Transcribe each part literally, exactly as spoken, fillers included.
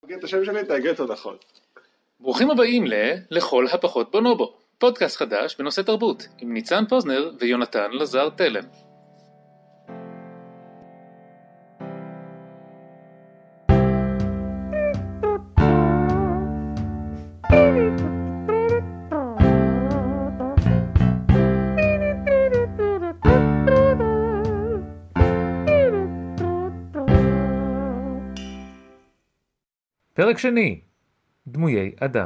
תגיד את השם שלי, תגיד אותו נכון. ברוכים הבאים ל... לכל הפחות בונובו, פודקאסט חדש בנושא תרבות, עם ניצן פוזנר ויונתן לזר תלם. פרק שני, דמויי אדם.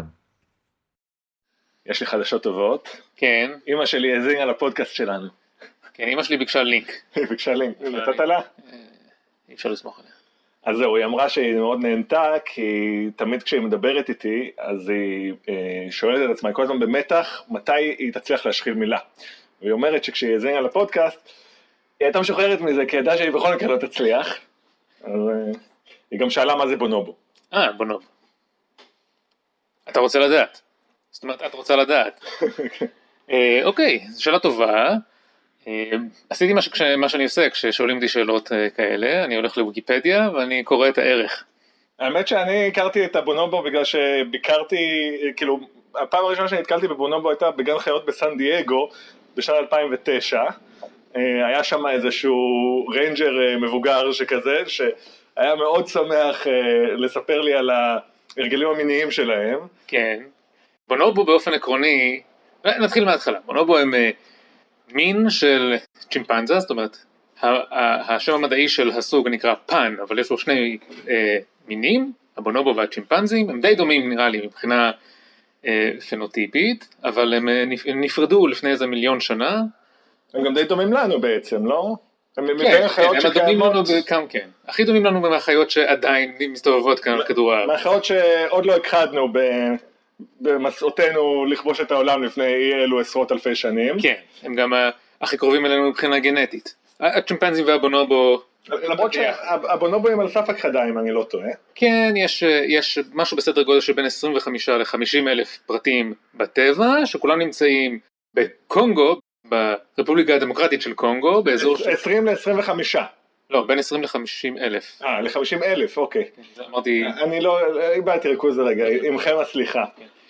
יש לי חדשות טובות. כן. אמא שלי האזינה לפודקאסט שלנו. כן, אמא שלי ביקשה לינק. היא ביקשה לינק. נתת לה? אי אפשר לסמוך עליה. אז זהו, היא אמרה שהיא מאוד נהנתה, כי תמיד כשהיא מדברת איתי, אז היא אה, שואלת את עצמה, היא כל הזמן במתח, מתי היא תצליח להשחיל מילה. והיא אומרת שכשהיא האזינה לפודקאסט, היא הייתה משוחררת מזה, כי ידעה שהיא בכל מקרה לא תצליח. אז אה, היא גם שאלה מה זה בונובו. אה, בונובו. אתה רוצה לדעת. זאת אומרת, את רוצה לדעת. אה, אוקיי, זו שאלה טובה. אה, עשיתי מה, ש... מה שאני עושה כששואלים אותי שאלות אה, כאלה, אני הולך לוויקיפדיה ואני קורא את הערך. האמת שאני הכרתי את הבונובו בגלל שביקרתי, כאילו, הפעם הראשונה שאני התקלתי בבונובו הייתה בגן חיות בסן דייגו בשנת אלפיים ותשע. אה, היה שם איזשהו ריינג'ר מבוגר שכזה, שהיה מאוד שמח אה, לספר לי על ההרגלים המיניים שלהם. כן. בונובו באופן עקרוני, נתחיל מההתחלה, בונובו הם מין של צ'ימפנזה, זאת אומרת, השם המדעי של הסוג נקרא פן, אבל יש לו שני אה, מינים, הבונובו והצ'ימפנזים, הם די דומים נראה לי מבחינה אה, פנוטיפית, אבל הם נפרדו לפני איזה מיליון שנה. הם גם די דומים לנו בעצם, לא? הם כן, כן, הם דומים לנו בכם, כן. הכי דומים לנו מהחיות שעדיין מסתובבות כאן על כדור הארץ. מהחיות שעוד לא הכחדנו ב... במסעותינו לכבוש את העולם לפני אי אלו עשרות אלפי שנים. כן, הם גם הכי קרובים אלינו מבחינה גנטית. הצ'ימפנזים והבונובו... למרות שהבונובו הם על סף הכחדה, אם אני לא טועה. כן, יש, יש משהו בסדר גודל של בין עשרים וחמישה ל-חמישים אלף פרטים בטבע, שכולם נמצאים בקונגו, ברפובליקה הדמוקרטית של קונגו, באזור... עשרים ל-עשרים וחמש. לא, בין עשרים ל-חמישים אלף. אה, ל-חמישים אלף, אוקיי. אמרתי... אני לא, איבדתי ריכוז לרגע, עמכם הסליחה.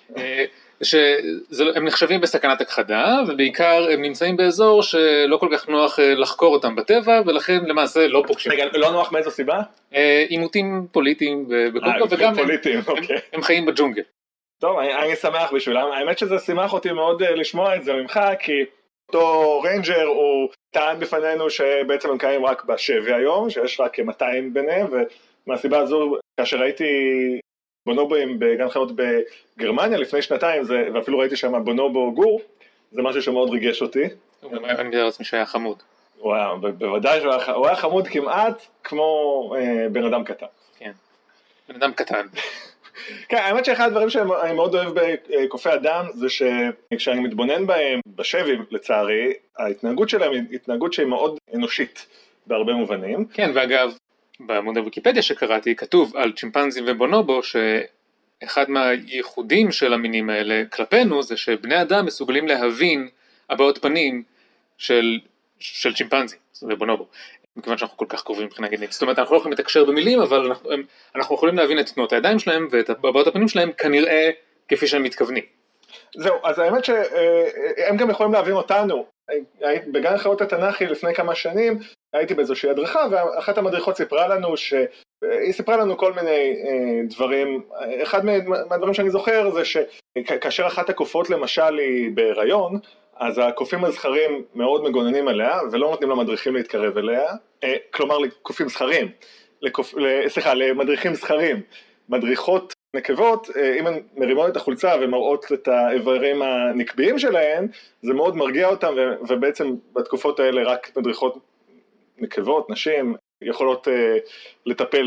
שהם נחשבים בסכנת הכחדה, ובעיקר הם נמצאים באזור שלא כל כך נוח לחקור אותם בטבע, ולכן למעשה לא פוגשים. רגע, לא נוח מאיזו סיבה? עימותים פוליטיים בקונגו, וגם הם חיים בג'ונגל. טוב, אני שמח בשבילם. האמת שזה שימח אותי מאוד לשמוע את זה ממך, כי אותו ריינג'ר הוא טען בפנינו שבעצם הם קיימים רק בשבי היום, שיש רק כ-מאתיים ביניהם, ומהסיבה הזו, כאשר ראיתי בונובוים בגן חיות בגרמניה לפני שנתיים, ואפילו ראיתי שם בונובו גור, זה משהו שמאוד ריגש אותי. אני מדבר לעצמי שהיה חמוד. וואו, בוודאי שהוא היה חמוד כמעט כמו בן אדם קטן. כן, בן אדם קטן. כן, האמת שאחד הדברים שאני מאוד אוהב בקופי אדם, זה שכשאני מתבונן בהם, בשבי לצערי, ההתנהגות שלהם היא התנהגות שהיא מאוד אנושית, בהרבה מובנים. כן, ואגב, בעמוד הוויקיפדיה שקראתי, כתוב על צ'ימפנזים ובונובו, שאחד מהייחודים של המינים האלה כלפינו, זה שבני אדם מסוגלים להבין הבעות פנים של, של צ'ימפנזים ובונובו. מכיוון שאנחנו כל כך קרובים מבחינה גנטית. זאת אומרת, אנחנו לא יכולים לתקשר במילים, אבל אנחנו, אנחנו יכולים להבין את תנועות הידיים שלהם, ואת הבעות הפנים שלהם כנראה כפי שהם מתכוונים. זהו, אז האמת שהם גם יכולים להבין אותנו. בגן חיות התנ"כי לפני כמה שנים, הייתי באיזושהי הדרכה, ואחת המדריכות סיפרה לנו, שהיא סיפרה לנו כל מיני דברים. אחד מהדברים שאני זוכר זה שכאשר אחת הקופות למשל היא בהיריון, אז הקופים הזכרים מאוד מגוננים עליה, ולא נותנים למדריכים להתקרב אליה, כלומר לקופים זכרים, לקופ... סליחה, למדריכים זכרים. מדריכות נקבות, אם הן מרימות את החולצה ומראות את האיברים הנקביים שלהן, זה מאוד מרגיע אותם, ובעצם בתקופות האלה רק מדריכות נקבות, נשים, יכולות לטפל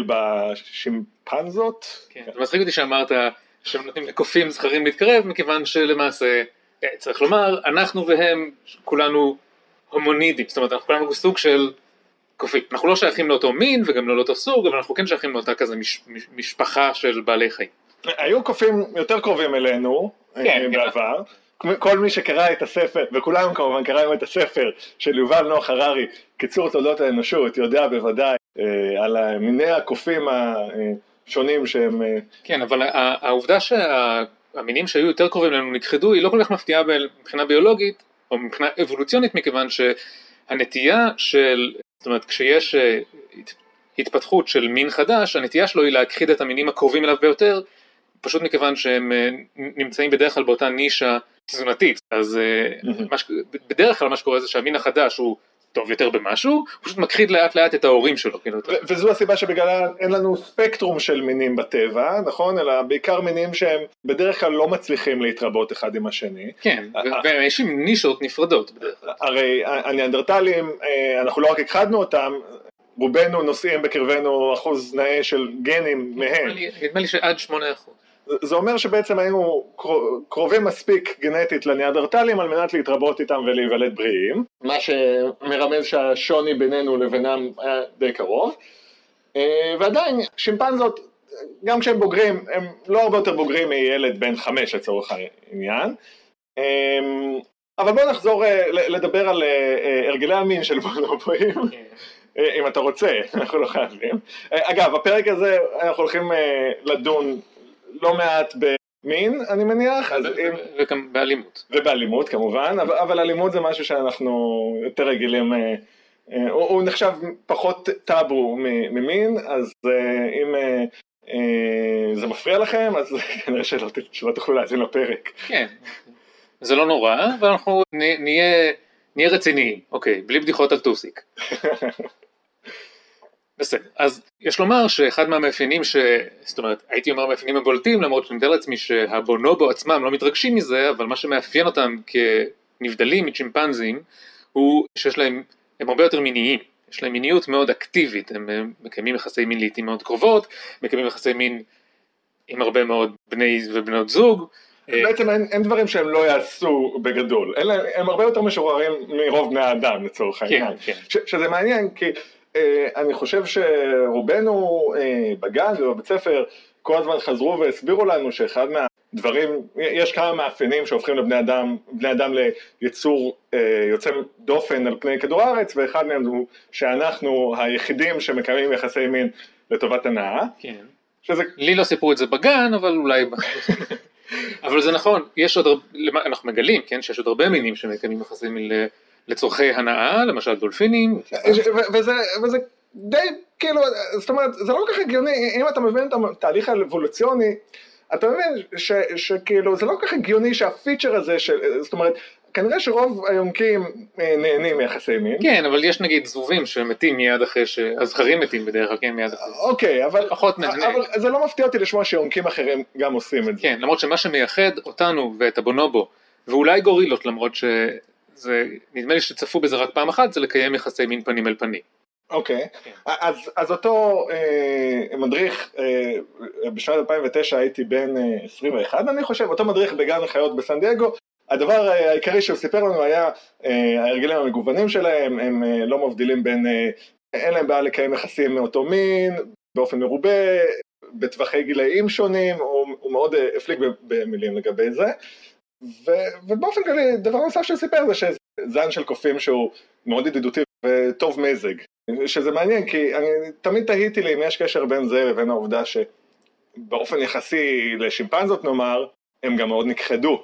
בשימפנזות. כן, זה מצחיק אותי שאמרת שהם נותנים לקופים זכרים להתקרב, מכיוון שלמעשה... צריך לומר, אנחנו והם כולנו הומונידים, זאת אומרת, אנחנו כולנו סוג של קופים. אנחנו לא שייכים לאותו מין וגם לא לאותו סוג, אבל אנחנו כן שייכים לאותה כזה מש, מש, משפחה של בעלי חיים. היו קופים יותר קרובים אלינו כן, בעבר. כן. כל מי שקרא את הספר, וכולנו כמובן קראנו את הספר של יובל נוח הררי, קיצור תולדות האנושות, יודע בוודאי על מיני הקופים שונים שהם... כן, אבל העובדה שהמינים שהיו יותר קרובים לנו נכחדו, היא לא כל כך מפתיעה מבחינה ביולוגית, או מבחינה אבולוציונית, מכיוון שהנטייה של, זאת אומרת, כשיש התפתחות של מין חדש, הנטייה שלו היא להכחיד את המינים הקרובים אליו ביותר, פשוט מכיוון שהם נמצאים בדרך כלל באותה נישה תזונתית. אז בדרך כלל מה שקורה זה שהמין החדש הוא טוב יותר במשהו, הוא פשוט מכחיד לאט לאט את ההורים שלו. וזו הסיבה שבגללה אין לנו ספקטרום של מינים בטבע, נכון? אלא בעיקר מינים שהם בדרך כלל לא מצליחים להתרבות אחד עם השני. כן, ויש נישות נפרדות בדרך כלל. הרי הניאנדרטלים, אנחנו לא רק הכחדנו אותם, רובנו נושאים בקרבנו אחוז נאה של גנים מהם. נדמה לי שעד שמונה אחוז. זה אומר שבעצם היינו קרובים מספיק גנטית לניאנדרטלים על מנת להתרבות איתם ולהיוולד בריאים, מה שמרמז שהשוני בינינו לבינם היה די קרוב. ועדיין שימפנזות, גם כשהם בוגרים, הם לא הרבה יותר בוגרים מילד בן חמש לצורך העניין. אבל בואו נחזור לדבר על הרגלי המין של בונובואים. אם אתה רוצה, אנחנו לא חייבים. אגב, הפרק הזה אנחנו הולכים לדון לא מעט במין, אני מניח. וגם באלימות. ובאלימות כמובן, אבל אלימות זה משהו שאנחנו יותר רגילים, הוא נחשב פחות טאבו ממין, אז אם זה מפריע לכם, אז כנראה שלא תוכלו להאזין לפרק. כן, זה לא נורא, ואנחנו נהיה רציניים, אוקיי, בלי בדיחות על טוסיק. בסדר, אז יש לומר שאחד מהמאפיינים ש... זאת אומרת, הייתי אומר המאפיינים הבולטים, למרות שאני מתאר לעצמי שהבונובו עצמם לא מתרגשים מזה, אבל מה שמאפיין אותם כנבדלים מצ'ימפנזים, הוא שיש להם, הם הרבה יותר מיניים, יש להם מיניות מאוד אקטיבית, הם מקיימים יחסי מין לעתים מאוד קרובות, מקיימים יחסי מין עם הרבה מאוד בני ובנות זוג. בעצם אין, אין דברים שהם לא יעשו בגדול, הם, הם הרבה יותר משוחררים מרוב בני האדם לצורך העניין, כן, כן. ש, שזה מעניין כי אני חושב שרובנו בגן ובבית ספר כל הזמן חזרו והסבירו לנו שאחד מהדברים, יש כמה מאפיינים שהופכים לבני אדם, בני אדם ליצור יוצא דופן על פני כדור הארץ, ואחד מהם הוא שאנחנו היחידים שמקיימים יחסי מין לטובת הנאה. כן. שזה... לי לא סיפרו את זה בגן, אבל אולי... אבל זה נכון, יש עוד, אנחנו מגלים, כן, שיש עוד הרבה מינים שמקיימים יחסי מין לצורכי הנאה, למשל דולפינים. וזה, וזה די, כאילו, זאת אומרת, זה לא כל כך הגיוני, אם אתה מבין את התהליך האבולוציוני, אתה מבין ש, שכאילו, זה לא כל כך הגיוני שהפיצ'ר הזה, של, זאת אומרת, כנראה שרוב היונקים נהנים מיחסי מין. כן, אבל יש נגיד זבובים שמתים מיד אחרי שהזכרים מתים בדרך כלל, כן, מיד אחרי. אוקיי, אבל, פחות נהנה. אבל זה לא מפתיע אותי לשמוע שיונקים אחרים גם עושים את זה. כן, למרות שמה שמייחד אותנו ואת הבונובו, ואולי גורילות, למרות ש... זה, נדמה לי שצפו בזה רק פעם אחת, זה לקיים יחסי מין פנים אל פנים. אוקיי, okay. אז, אז אותו אה, מדריך, אה, בשנת אלפיים ותשע הייתי בן אה, עשרים ואחת, אני חושב, אותו מדריך בגן החיות בסן דייגו, הדבר אה, העיקרי שהוא סיפר לנו היה אה, ההרגלים המגוונים שלהם, הם אה, לא מבדילים בין, אה, אין להם בעיה לקיים יחסים מאותו מין, באופן מרובה, בטווחי גילאים שונים, הוא, הוא מאוד אה, הפליג במילים לגבי זה, ו, ובאופן כללי, דבר נוסף שסיפר זה שזן של קופים שהוא מאוד ידידותי וטוב מזג, שזה מעניין כי אני תמיד תהיתי לי אם יש קשר בין זה לבין העובדה שבאופן יחסי לשימפנזות נאמר, הם גם מאוד נכחדו.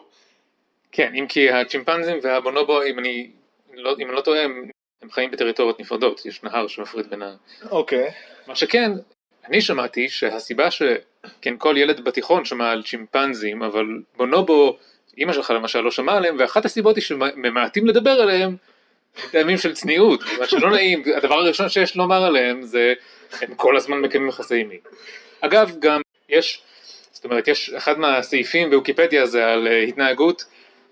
כן, אם כי הצ'ימפנזים והבונובו, אם אני לא, אם אני לא טועה, הם, הם חיים בטריטוריות נפרדות, יש נהר שמפריד בין ה... אוקיי. מה שכן, אני שמעתי שהסיבה שכן כל ילד בתיכון שמע על צ'ימפנזים, אבל בונובו, אמא שלך למשל לא שמע עליהם, ואחת הסיבות היא שממעטים לדבר עליהם, טעמים של צניעות, מה שלא נעים, הדבר הראשון שיש לומר עליהם זה, הם כל הזמן מקיימים יחסי מין. אגב, גם יש, זאת אומרת, יש אחד מהסעיפים בוויקיפדיה זה על התנהגות,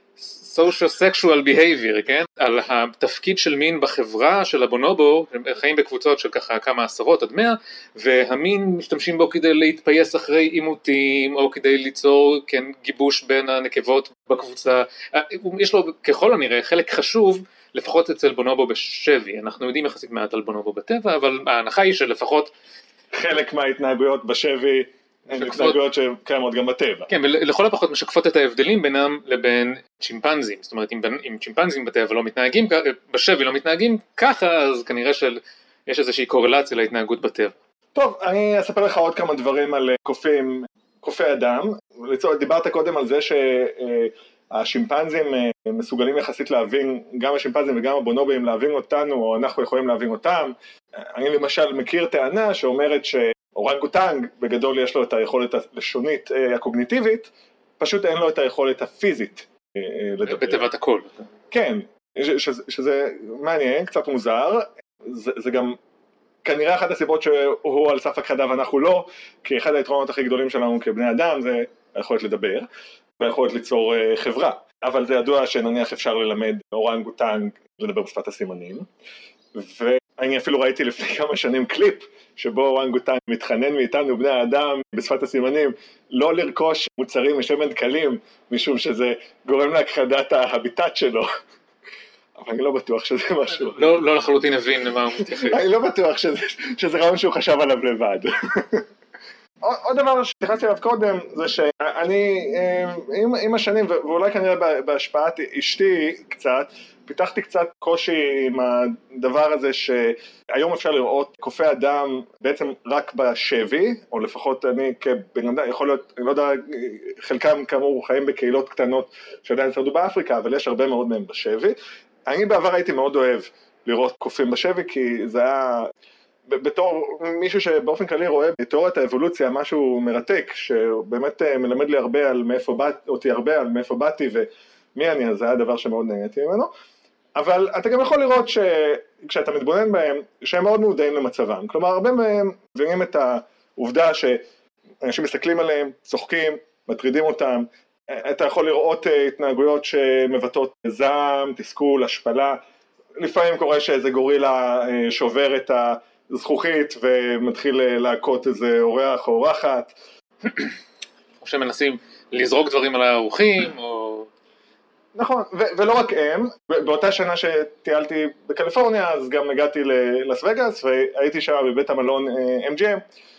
social-sexual behavior, כן? על התפקיד של מין בחברה של הבונובו, הם חיים בקבוצות של ככה כמה עשרות עד מאה, והמין משתמשים בו כדי להתפייס אחרי עימותים, או כדי ליצור, כן, גיבוש בין הנקבות בקבוצה. יש לו ככל הנראה חלק חשוב, לפחות אצל בונובו בשבי. אנחנו יודעים יחסית מעט על בונובו בטבע, אבל ההנחה היא שלפחות... חלק מההתנהגויות בשבי הן התנהגויות שקיימות גם בטבע. כן, ולכל הפחות משקפות את ההבדלים בינם לבין צ'ימפנזים. זאת אומרת, אם, אם צ'ימפנזים בטבע לא מתנהגים, בשבי לא מתנהגים ככה, אז כנראה שיש איזושהי קורלציה להתנהגות בטבע. טוב, אני אספר לך עוד כמה דברים על קופים, קופי אדם. לצורך, דיברת קודם על זה שהשימפנזים מסוגלים יחסית להבין, גם השימפנזים וגם הבונובים להבין אותנו, או אנחנו יכולים להבין אותם. אני למשל מכיר טענה שאומרת שאורנגוטנג בגדול יש לו את היכולת הלשונית הקוגניטיבית, פשוט אין לו את היכולת הפיזית לדבר. בתיבת הכל. כן, שזה, שזה מעניין, קצת מוזר, זה, זה גם כנראה אחת הסיבות שהוא על סף הכחדה ואנחנו לא, כי אחד היתרונות הכי גדולים שלנו כבני אדם זה היכולת לדבר, והיכולת ליצור חברה. אבל זה ידוע שנניח אפשר ללמד אורנגוטנג לדבר בשפת הסימנים, ואני אפילו ראיתי לפני כמה שנים קליפ, שבו אורנגוטנג מתחנן מאיתנו בני האדם בשפת הסימנים, לא לרכוש מוצרים משמן דקלים, משום שזה גורם להכחדת ההביטט שלו. אבל אני לא בטוח שזה משהו. לא, לא לחלוטין הבין למה הוא מתייחס. אני לא בטוח שזה, שזה רעיון שהוא חשב עליו לבד. עוד דבר שתייחסתי עליו קודם, זה שאני עם, עם השנים, ואולי כנראה בהשפעת אשתי קצת, פיתחתי קצת קושי עם הדבר הזה שהיום אפשר לראות קופי אדם בעצם רק בשבי, או לפחות אני כבן אדם, יכול להיות, אני לא יודע, חלקם כאמור חיים בקהילות קטנות שעדיין שרדו באפריקה, אבל יש הרבה מאוד מהם בשבי. אני בעבר הייתי מאוד אוהב לראות קופים בשבי, כי זה היה, בתור מישהו שבאופן כללי רואה בתיאוריית האבולוציה משהו מרתק, שבאמת מלמד לי הרבה על מאיפה באת, אותי הרבה על מאיפה באתי ומי אני, אז זה היה דבר שמאוד נהניתי ממנו. אבל אתה גם יכול לראות שכשאתה מתבונן בהם, שהם מאוד מודעים למצבם. כלומר, הרבה מהם מבינים את העובדה שאנשים מסתכלים עליהם, צוחקים, מטרידים אותם. אתה יכול לראות התנהגויות שמבטאות זעם, תסכול, השפלה. לפעמים קורה שאיזה גורילה שובר את הזכוכית ומתחיל להכות איזה אורח או אורחת. או שמנסים לזרוק דברים על האורחים, או... נכון, ו- ולא רק הם, באותה שנה שטיילתי בקליפורניה, אז גם הגעתי ללאס וגאס, והייתי שם בבית המלון אם ג'י אם,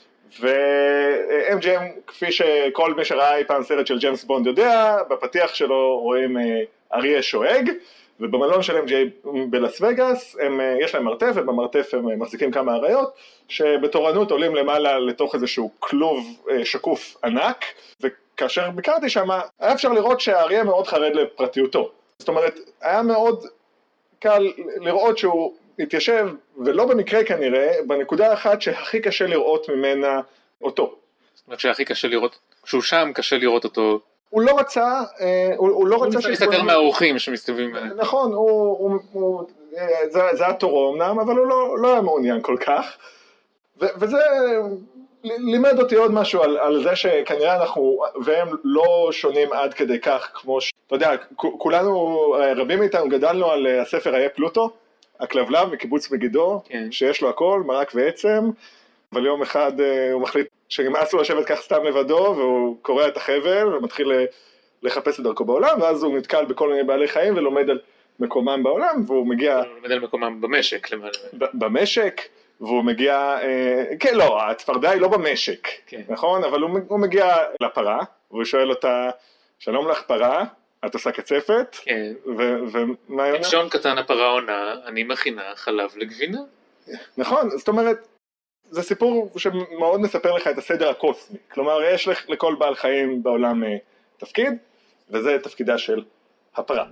ו-אם ג'י אם, כפי שכל מי שראה אי פעם סרט של ג'יימס בונד יודע, בפתיח שלו רואים אריה שואג, ובמלון של אם ג'י אם בלאס וגאס, הם, יש להם מרתף, ובמרתף הם מחזיקים כמה אריות, שבתורנות עולים למעלה לתוך איזשהו כלוב שקוף ענק, ו... כאשר ביקרתי שם, היה אפשר לראות שהאריה מאוד חרד לפרטיותו. זאת אומרת, היה מאוד קל לראות שהוא התיישב, ולא במקרה כנראה, בנקודה אחת שהכי קשה לראות ממנה אותו. זאת אומרת שהכי קשה לראות, כשהוא שם קשה לראות אותו. הוא לא רצה, הוא, הוא לא הוא רצה... הוא מסתתר מהאורחים שמסתובבים. נכון, הוא, הוא, הוא, זה, זה היה תורו אמנם, אבל הוא לא, לא היה מעוניין כל כך. ו, וזה... לימד אותי עוד משהו על, על זה שכנראה אנחנו והם לא שונים עד כדי כך, כמו ש... אתה יודע, כולנו, רבים מאיתנו גדלנו על הספר איי פלוטו, הכלבלב מקיבוץ מגידו, כן. שיש לו הכל, מרק ועצם, אבל יום אחד הוא מחליט שנמאס לו לשבת כך סתם לבדו, והוא קורא את החבל ומתחיל לחפש את דרכו בעולם, ואז הוא נתקל בכל מיני בעלי חיים ולומד על מקומם בעולם, והוא מגיע... הוא לומד על מקומם במשק, למעלה. במשק. והוא מגיע, אה, כן, לא, הצפרדע היא לא במשק, כן. נכון? אבל הוא, הוא מגיע לפרה, והוא שואל אותה, שלום לך פרה, את עושה קצפת? כן. ומה היא עונה? תקשון קטן הפרה עונה, אני מכינה חלב לגבינה. נכון, זאת אומרת, זה סיפור שמאוד מספר לך את הסדר הקוסמי. כלומר, יש לכל בעל חיים בעולם אה, תפקיד, וזה תפקידה של הפרה.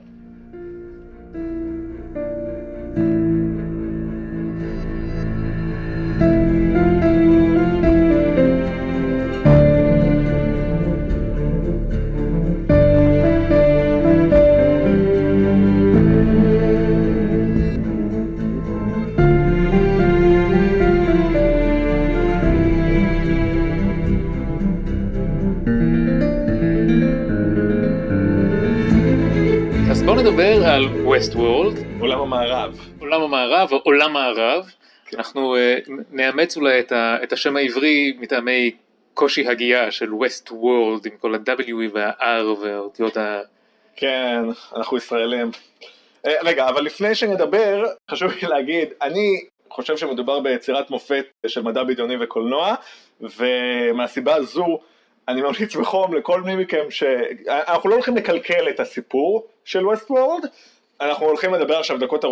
נדבר על ווסט וורלד, עולם המערב. עולם המערב או עולם הערב. כן. אנחנו uh, נאמץ אולי את, ה, את השם העברי מטעמי קושי הגייה של ווסט וורלד עם כל ה-W וה-R והאותיות ה... כן, אנחנו ישראלים. Uh, רגע, אבל לפני שנדבר, חשוב לי להגיד, אני חושב שמדובר ביצירת מופת של מדע בדיוני וקולנוע, ומהסיבה הזו, אני ממליץ בחום לכל מי מכם שאנחנו לא הולכים לקלקל את הסיפור של ווסט וורלד, אנחנו הולכים לדבר עכשיו דקות ארוכות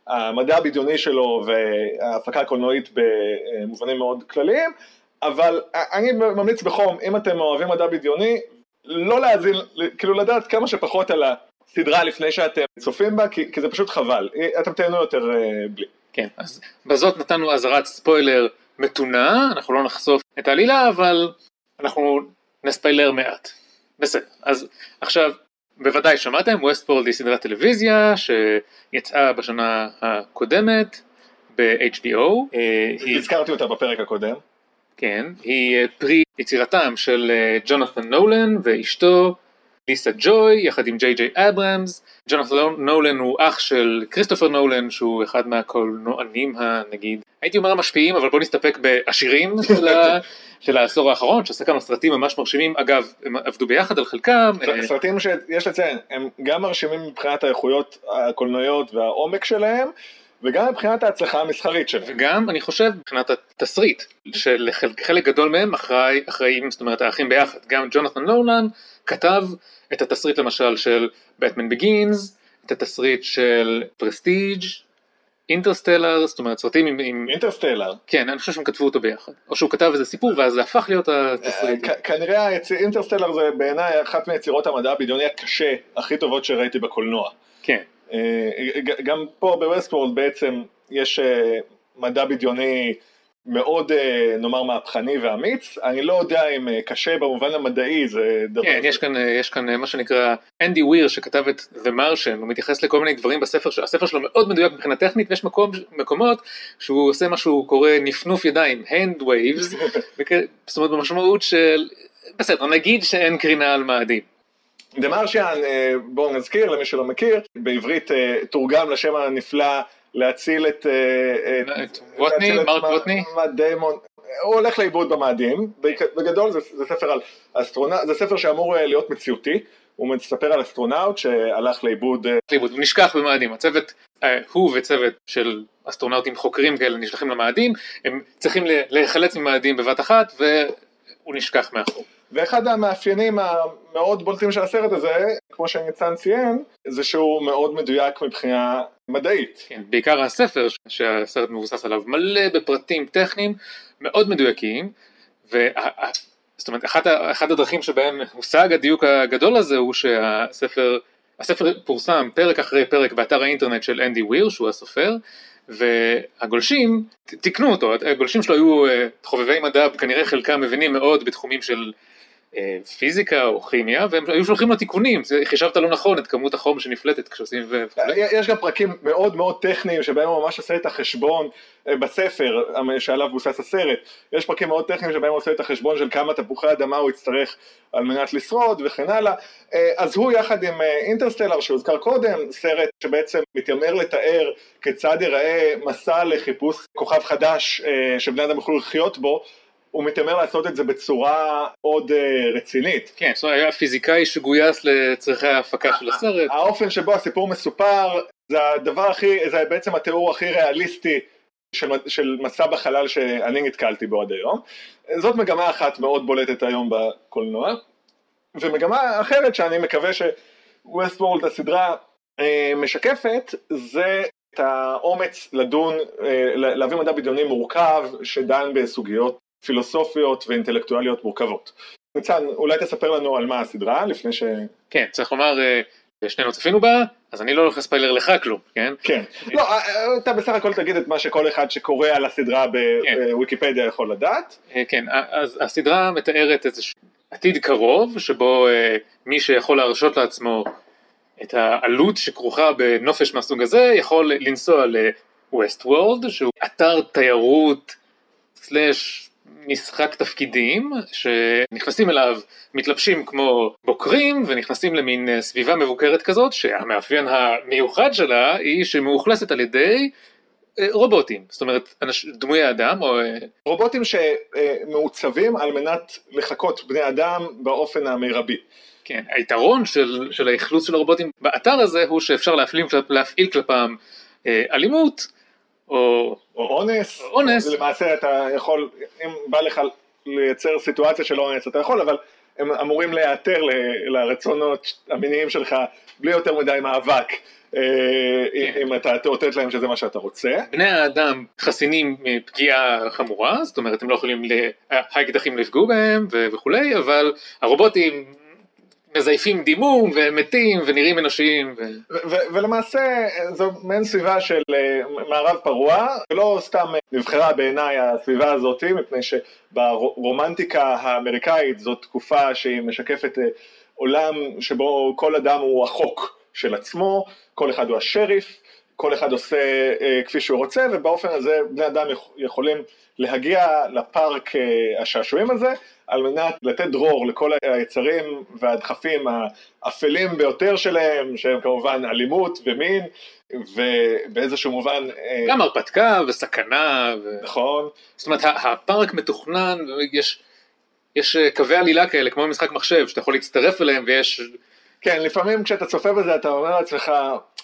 המדע הבדיוני שלו וההפקה הקולנועית במובנים מאוד כלליים, אבל אני ממליץ בחום, אם אתם אוהבים מדע בדיוני, לא להאזין, כאילו לדעת כמה שפחות על הסדרה לפני שאתם צופים בה, כי, כי זה פשוט חבל, אתם תהנו יותר בלי. כן, אז בזאת נתנו אזהרת ספוילר מתונה, אנחנו לא נחשוף את העלילה, אבל אנחנו נספיילר מעט. בסדר, אז עכשיו, בוודאי שמעתם, ווסטוורלד היא סדרת טלוויזיה שיצאה בשנה הקודמת ב-אייץ' בי או. הזכרתי אותה בפרק הקודם. כן, היא פרי יצירתם של ג'ונת'ן נולן ואשתו ליסה ג'וי, יחד עם ג'יי ג'יי אברמס. ג'ונת'ן נולן הוא אח של כריסטופר נולן, שהוא אחד מהקולנוענים הנגיד, הייתי אומר המשפיעים, אבל בוא נסתפק בעשירים של, ה... של העשור האחרון, שעשה כמה סרטים ממש מרשימים. אגב, הם עבדו ביחד על חלקם. סרטים שיש לציין, הם גם מרשימים מבחינת האיכויות הקולנועיות והעומק שלהם, וגם מבחינת ההצלחה המסחרית שלהם. וגם, אני חושב, מבחינת התסריט, שלחלק גדול מהם אחראי, אחראים, זאת אומרת, האחים ביחד. גם ג'ונת'ן נולן כתב את התסריט למשל של Batman Begins, את התסריט של Prestige, Interstellar, זאת אומרת, סרטים עם... עם... Interstellar? כן, אני חושב שהם כתבו אותו ביחד. או שהוא כתב איזה סיפור, ואז זה הפך להיות התסריט. כנראה, Interstellar זה בעיניי אחת מיצירות המדע הבדיוני הקשה, הכי טובות שראיתי בקולנוע. כן. גם פה בווסטוורלד בעצם יש מדע בדיוני מאוד, נאמר, מהפכני ואמיץ. אני לא יודע אם קשה במובן המדעי, זה דבר... כן, יש כאן, יש כאן מה שנקרא אנדי וויר שכתב את The Martian, הוא מתייחס לכל מיני דברים בספר, הספר שלו מאוד מדויק מבחינה טכנית, ויש מקום, מקומות שהוא עושה משהו קורא נפנוף ידיים, hand waves, זאת אומרת במשמעות של, בסדר, נגיד שאין קרינה על מאדים. דה מרשיאן, בואו נזכיר למי שלא מכיר, בעברית תורגם לשם הנפלא להציל את... ווטני, מרק ווטני? דיימון, הוא הולך לאיבוד במאדים, בגדול זה ספר על אסטרונאוט, זה ספר שאמור להיות מציאותי, הוא מספר על אסטרונאוט שהלך לאיבוד... הוא נשכח במאדים, הצוות, הוא וצוות של אסטרונאוטים חוקרים כאלה נשלחים למאדים, הם צריכים להיחלץ ממאדים בבת אחת והוא נשכח מאחור. ואחד המאפיינים המאוד בולטים של הסרט הזה, כמו שניצן ציין, זה שהוא מאוד מדויק מבחינה מדעית. כן, בעיקר הספר שהסרט מבוסס עליו מלא בפרטים טכניים מאוד מדויקים, זאת אומרת, אחת, אחת הדרכים שבהם הושג הדיוק הגדול הזה הוא שהספר, הספר פורסם פרק אחרי פרק באתר האינטרנט של אנדי וויר, שהוא הסופר, והגולשים, תקנו אותו, הגולשים שלו היו חובבי מדע, כנראה חלקם מבינים מאוד בתחומים של פיזיקה או כימיה, והם היו שולחים לו תיקונים, חישבת לא נכון את כמות החום שנפלטת כשעושים ו... יש גם פרקים מאוד מאוד טכניים שבהם הוא ממש עושה את החשבון בספר שעליו בוסס הסרט, יש פרקים מאוד טכניים שבהם הוא עושה את החשבון של כמה תפוחי אדמה הוא יצטרך על מנת לשרוד וכן הלאה. אז הוא יחד עם אינטרסטלר שהוזכר קודם, סרט שבעצם מתיימר לתאר כיצד ייראה מסע לחיפוש כוכב חדש שבני אדם יוכלו לחיות בו, הוא מתאמר לעשות את זה בצורה עוד רצינית. כן, זאת אומרת, היה פיזיקאי שגויס לצרכי ההפקה של הסרט. האופן שבו הסיפור מסופר, זה הדבר הכי, זה בעצם התיאור הכי ריאליסטי של, של מסע בחלל שאני נתקלתי בו עד היום. זאת מגמה אחת מאוד בולטת היום בקולנוע, ומגמה אחרת שאני מקווה שווסטוורלד הסדרה משקפת, זה את האומץ לדון, להביא מדע בדיוני מורכב שדן בסוגיות פילוסופיות ואינטלקטואליות מורכבות. ניצן, אולי תספר לנו על מה הסדרה, לפני ש... כן, צריך לומר, שנינו צפינו בה, אז אני לא הולך לספיילר לך כלום, כן? כן. לא, אתה בסך הכל תגיד את מה שכל אחד שקורא על הסדרה בוויקיפדיה יכול לדעת. כן, אז הסדרה מתארת איזשהו עתיד קרוב, שבו מי שיכול להרשות לעצמו את העלות שכרוכה בנופש מהסוג הזה, יכול לנסוע לווסטוורלד, שהוא אתר תיירות סלש משחק תפקידים שנכנסים אליו, מתלבשים כמו בוקרים ונכנסים למין סביבה מבוקרת כזאת, שהמאפיין המיוחד שלה היא שמאוכלסת על ידי רובוטים, זאת אומרת דמויי אדם או... רובוטים שמעוצבים על מנת לחקות בני אדם באופן המרבי. כן, היתרון של, של האכלוס של הרובוטים באתר הזה הוא שאפשר להפעיל, להפעיל כלפם אלימות או... או אונס, אונס. למעשה אתה יכול, אם בא לך לייצר סיטואציה של אונס, אתה יכול, אבל הם אמורים להיעתר לרצונות המיניים שלך בלי יותר מדי מאבק, אם אתה תאותת להם שזה מה שאתה רוצה. בני האדם חסינים מפגיעה חמורה, זאת אומרת הם לא יכולים, האקדחים לא יפגעו בהם וכולי, אבל הרובוטים מזייפים דימום ומתים ונראים אנושיים. ולמעשה זו מעין סביבה של מערב פרוע, ולא סתם נבחרה בעיניי הסביבה הזאת, מפני שברומנטיקה האמריקאית זאת תקופה שהיא משקפת עולם שבו כל אדם הוא החוק של עצמו, כל אחד הוא השריף, כל אחד עושה כפי שהוא רוצה, ובאופן הזה בני אדם יכולים להגיע לפארק השעשועים הזה, על מנת לתת דרור לכל היצרים והדחפים האפלים ביותר שלהם, שהם כמובן אלימות ומין, ובאיזשהו מובן... גם הרפתקה וסכנה. ו... נכון. זאת אומרת, הפארק מתוכנן, ויש יש קווי עלילה כאלה, כמו במשחק מחשב, שאתה יכול להצטרף אליהם, ויש... כן, לפעמים כשאתה צופה בזה, אתה אומר לעצמך...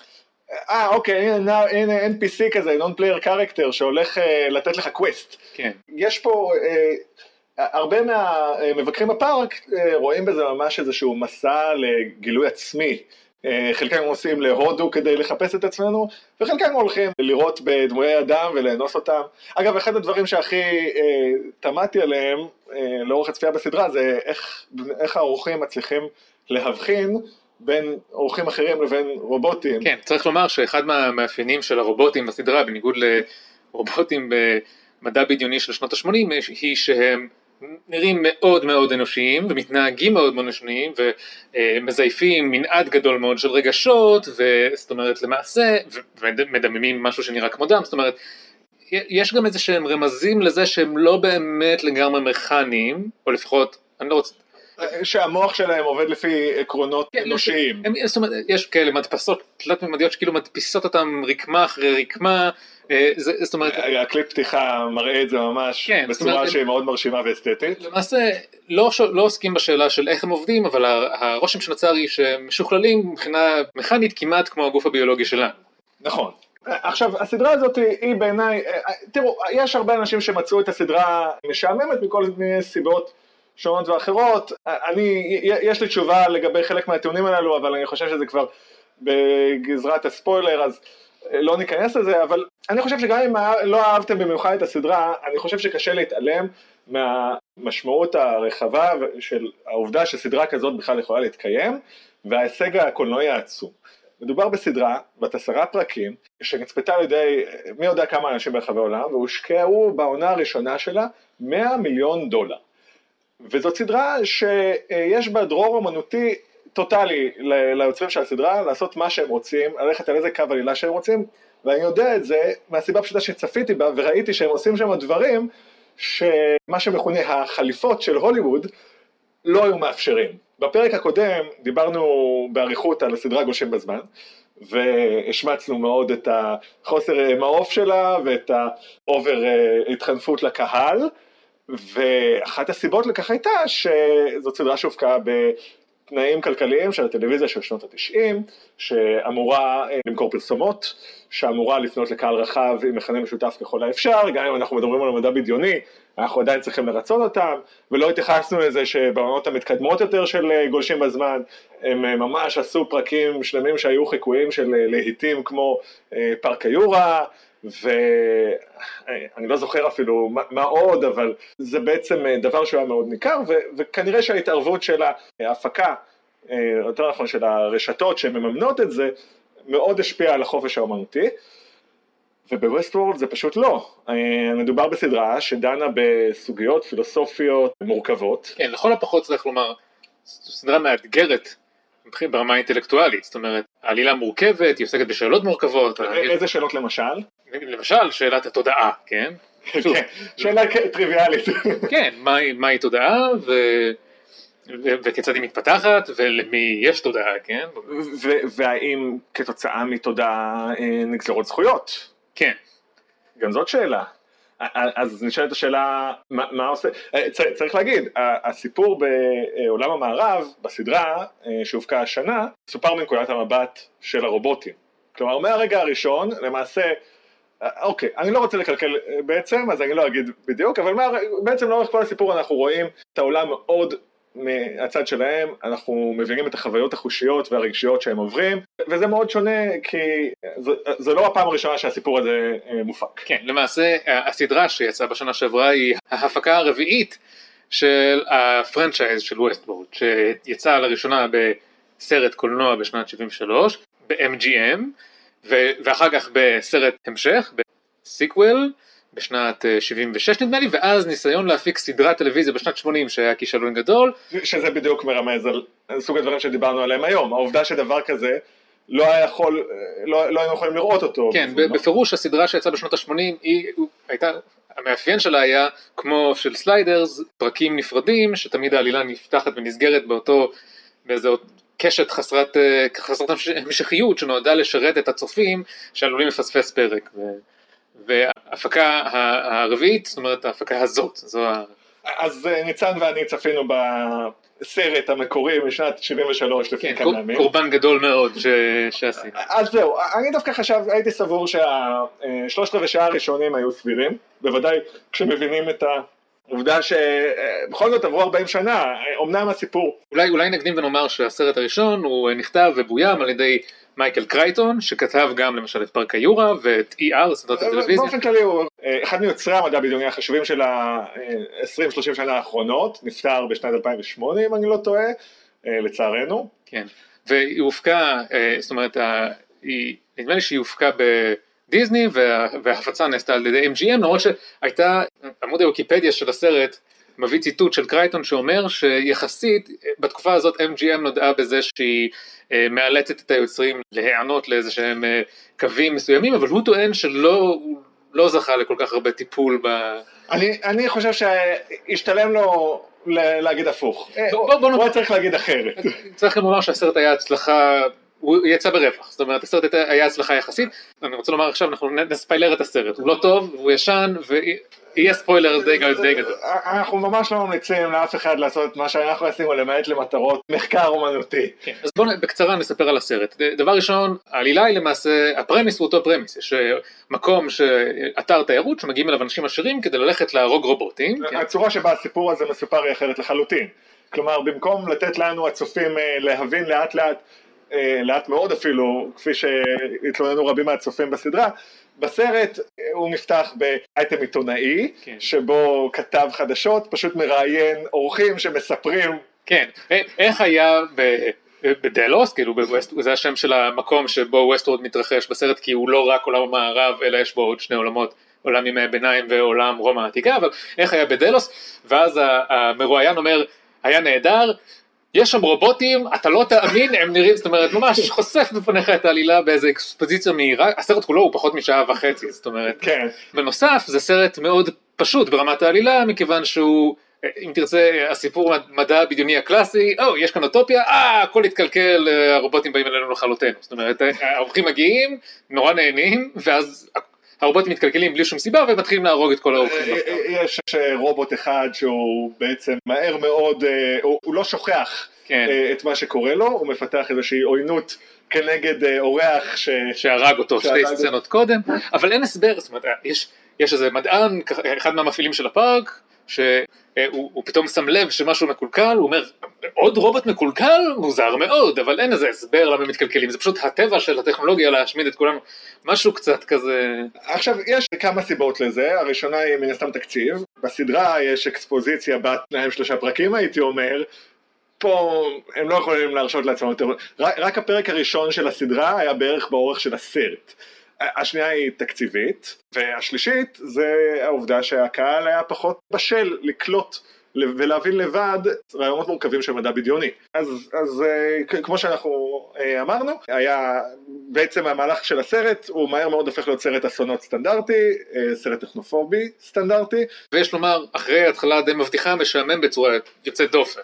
אה, אוקיי, הנה, הנה אן פי סי כזה, non-player character, שהולך uh, לתת לך קווסט. כן. יש פה, uh, הרבה מהמבקרים בפארק uh, רואים בזה ממש איזשהו מסע לגילוי עצמי. Uh, חלקם עושים להודו כדי לחפש את עצמנו, וחלקם הולכים לראות בדמויי אדם ולאנוס אותם. אגב, אחד הדברים שהכי uh, תמדתי עליהם uh, לאורך הצפייה בסדרה, זה איך, איך האורחים מצליחים להבחין, בין אורחים אחרים לבין רובוטים. כן, צריך לומר שאחד מהמאפיינים של הרובוטים בסדרה, בניגוד לרובוטים במדע בדיוני של שנות ה-שמונים, היא שהם נראים מאוד מאוד אנושיים, ומתנהגים מאוד מאוד אנושיים, ומזייפים מנעד גדול מאוד של רגשות, וזאת אומרת למעשה, ומדממים משהו שנראה כמו דם, זאת אומרת, יש גם איזה שהם רמזים לזה שהם לא באמת לגמרי מכניים, או לפחות, אני לא רוצה... שהמוח שלהם עובד לפי עקרונות אנושיים. זאת אומרת, יש כאלה מדפסות תלת ממדיות שכאילו מדפיסות אותם רקמה אחרי רקמה, זאת אומרת... הקליפ פתיחה מראה את זה ממש בצורה שהיא מאוד מרשימה ואסתטית. למעשה לא עוסקים בשאלה של איך הם עובדים, אבל הרושם שנוצר היא שמשוכללים מבחינה מכנית כמעט כמו הגוף הביולוגי שלנו. נכון. עכשיו, הסדרה הזאת היא בעיניי, תראו, יש הרבה אנשים שמצאו את הסדרה משעממת מכל מיני סיבות שונות ואחרות. אני, יש לי תשובה לגבי חלק מהטיעונים הללו, אבל אני חושב שזה כבר בגזרת הספוילר, אז לא ניכנס לזה, אבל אני חושב שגם אם לא אהבתם במיוחד את הסדרה, אני חושב שקשה להתעלם מהמשמעות הרחבה של העובדה שסדרה כזאת בכלל יכולה להתקיים, וההישג הקולנועי העצום. מדובר בסדרה, בת עשרה פרקים, שנצפתה על ידי מי יודע כמה אנשים ברחבי העולם, והושקעו בעונה הראשונה שלה מאה מיליון דולר. וזאת סדרה שיש בה דרור אומנותי טוטלי ליוצרים של הסדרה, לעשות מה שהם רוצים, ללכת על איזה קו עלילה שהם רוצים, ואני יודע את זה מהסיבה פשוטה שצפיתי בה, וראיתי שהם עושים שם דברים, שמה שמכונה החליפות של הוליווד, לא היו מאפשרים. בפרק הקודם דיברנו באריכות על הסדרה גולשים בזמן, והשמצנו מאוד את החוסר מעוף שלה, ואת האובר התחנפות לקהל, ואחת הסיבות לכך הייתה שזאת סדרה שהופקה בתנאים כלכליים של הטלוויזיה של שנות ה-תשעים, שאמורה למכור פרסומות, שאמורה לפנות לקהל רחב עם מכנה משותף ככל האפשר, גם אם אנחנו מדברים על מדע בדיוני, אנחנו עדיין צריכים לרצות אותם, ולא התייחסנו לזה שבעונות המתקדמות יותר של גולשים בזמן, הם ממש עשו פרקים שלמים שהיו חיקויים של להיטים כמו פארק היורה, ואני לא זוכר אפילו מה עוד, אבל זה בעצם דבר שהוא היה מאוד ניכר, וכנראה שההתערבות של ההפקה, יותר נכון של הרשתות שמממנות את זה, מאוד השפיע על החופש האומנותי, ובווסט וורלד זה פשוט לא. מדובר בסדרה שדנה בסוגיות פילוסופיות מורכבות. כן, לכל הפחות צריך לומר, סדרה מאתגרת ברמה אינטלקטואלית, זאת אומרת, העלילה מורכבת, היא עוסקת בשאלות מורכבות. איזה שאלות למשל? למשל, שאלת התודעה, כן? כן, שאלה טריוויאלית. כן, מהי תודעה וכיצד היא מתפתחת, ולמי יש תודעה, כן? והאם כתוצאה מתודעה נגזרות זכויות? כן. גם זאת שאלה. אז נשאלת השאלה, מה, מה עושה? צריך להגיד, הסיפור בעולם המערב, בסדרה שהופקה השנה, סופר מנקודת המבט של הרובוטים. כלומר, מהרגע הראשון, למעשה, אוקיי, אני לא רוצה לקלקל בעצם, אז אני לא אגיד בדיוק, אבל מה, בעצם לאורך כל הסיפור אנחנו רואים את העולם מאוד מהצד שלהם אנחנו מבינים את החוויות החושיות והרגשיות שהם עוברים, וזה מאוד שונה כי זה, זה לא הפעם הראשונה שהסיפור הזה מופק. כן, למעשה הסדרה שיצאה בשנה שעברה היא ההפקה הרביעית של הפרנצ'ייז של ווסטוורד, שיצאה לראשונה בסרט קולנוע בשנת שבעים ושלוש, ב-אם ג'י אם, ואחר כך בסרט המשך, בסיקוול, בשנת שבעים ושש נדמה לי, ואז ניסיון להפיק סדרת טלוויזיה בשנת שמונים שהיה כישלון גדול. שזה בדיוק מרמז על סוג הדברים שדיברנו עליהם היום, העובדה שדבר כזה לא היה יכול, לא, לא היינו יכולים לראות אותו. כן, בפירוש הסדרה שיצאה בשנות ה-שמונים, היא הייתה, המאפיין שלה היה כמו של סליידרס, פרקים נפרדים, שתמיד העלילה נפתחת ונסגרת באותו, באיזו קשת חסרת, חסרת המשכיות, שנועדה לשרת את הצופים שעלולים לפספס פרק. ו... וההפקה הרביעית, זאת אומרת ההפקה הזאת, זו ה... אז ניצן ואני צפינו בסרט המקורי משנת שבעים ושלוש לפני כן, כמה ימים. קורבן גדול מאוד ש... שעשינו. אז זהו, אני דווקא חשב, הייתי סבור שהשלושת רבעי שעה הראשונים היו סבירים, בוודאי כשמבינים את העובדה שבכל זאת עברו ארבעים שנה, אמנם הסיפור. אולי, אולי נקדים ונאמר שהסרט הראשון הוא נכתב ובוים על ידי מייקל קרייטון, שכתב גם למשל את פארק היורה ואת אי אר, סדרת הטלוויזיה. באופן כללי הוא אחד מיוצרי המדע בדיוני החשובים של ה-עשרים שלושים שנה האחרונות, נפטר בשנת אלפיים ושמונה אם אני לא טועה, לצערנו. כן, והיא הופקה, זאת אומרת, נדמה לי שהיא הופקה בדיזני, וההפצה נעשתה על ידי אם ג'י אם, למרות שהייתה, עמוד הוויקיפדיה של הסרט, מביא ציטוט של קרייטון שאומר שיחסית בתקופה הזאת אם ג'י אם נודעה בזה שהיא מאלצת את היוצרים להיענות לאיזה שהם קווים מסוימים, אבל הוא טוען שלא לא זכה לכל כך הרבה טיפול ב... אני, אני חושב שהשתלם לו להגיד הפוך. בוא, בוא הוא היה צריך להגיד אחרת. צריך לומר שהסרט היה הצלחה, הוא יצא ברווח, זאת אומרת הסרט היה הצלחה יחסית. אני רוצה לומר עכשיו, אנחנו נספיילר את הסרט, הוא לא טוב, הוא ישן, ויהיה ספוילר די גדול. אנחנו ממש לא ממליצים לאף אחד לעשות מה שאנחנו עשינו, למעט למטרות מחקר אומנותי. אז בואו בקצרה נספר על הסרט. דבר ראשון, העלילה היא למעשה, הפרמיס הוא אותו פרמיס, יש מקום שאתר תיירות שמגיעים אליו אנשים עשירים כדי ללכת להרוג רובוטים. הצורה שבה הסיפור הזה מסופר היא אחרת לחלוטין. כלומר, במקום לתת לנו הצופים להבין לאט לאט, לאט מאוד אפילו, כפי שהתלוננו רבים מהצופים בסדרה, בסרט הוא נפתח באייטם עיתונאי, כן. שבו כתב חדשות, פשוט מראיין אורחים שמספרים. כן, איך היה בדלוס, כאילו בווסט, זה השם של המקום שבו ווסטוורד מתרחש בסרט, כי הוא לא רק עולם המערב, אלא יש בו עוד שני עולמות, עולם ימי הביניים ועולם רומא העתיקה, אבל איך היה בדלוס, ואז המרואיין אומר, היה נהדר, יש שם רובוטים, אתה לא תאמין, הם נראים, זאת אומרת, ממש חושף בפניך את העלילה באיזו אקספוזיציה מהירה, הסרט כולו הוא פחות משעה וחצי, זאת אומרת. כן. בנוסף, זה סרט מאוד פשוט ברמת העלילה, מכיוון שהוא, אם תרצה, הסיפור מדע בדיוני הקלאסי, או, יש כאן אוטופיה, אה, הכל התקלקל, הרובוטים באים אלינו לחלוטנו, זאת אומרת, האורחים מגיעים, נורא נהנים, ואז הרובוטים מתקלקלים בלי שום סיבה, ומתחילים להרוג את כל האורחים. יש רובוט אחד שהוא בעצם מהר מאוד, הוא לא שוכח את מה שקורה לו, הוא מפתח איזושהי עוינות כנגד אורח שהרג אותו שתי סצנות קודם, אבל אין הסבר, זאת אומרת, יש איזה מדען, אחד מהמפעילים של הפארק, שהוא פתאום שם לב שמשהו מקולקל, הוא אומר, עוד רובוט מקולקל? מוזר מאוד, אבל אין איזה הסבר למה מתקלקלים, זה פשוט הטבע של הטכנולוגיה להשמיד את כולנו, משהו קצת כזה. עכשיו, יש כמה סיבות לזה, הראשונה היא מן הסתם תקציב, בסדרה יש אקספוזיציה בת להם שלושה פרקים, הייתי אומר, פה הם לא יכולים להרשות לעצמם יותר, רק הפרק הראשון של הסדרה היה בערך באורך של הסרט. השנייה היא תקציבית, והשלישית זה העובדה שהקהל היה פחות בשל לקלוט ולהבין לבד רעיונות מורכבים של מדע בדיוני. אז, אז כמו שאנחנו אמרנו, היה בעצם המהלך של הסרט, הוא מהר מאוד הופך להיות סרט אסונות סטנדרטי, סרט טכנופובי סטנדרטי. ויש לומר, אחרי התחלה די מבטיחה, משעמם בצורה יוצאת דופן.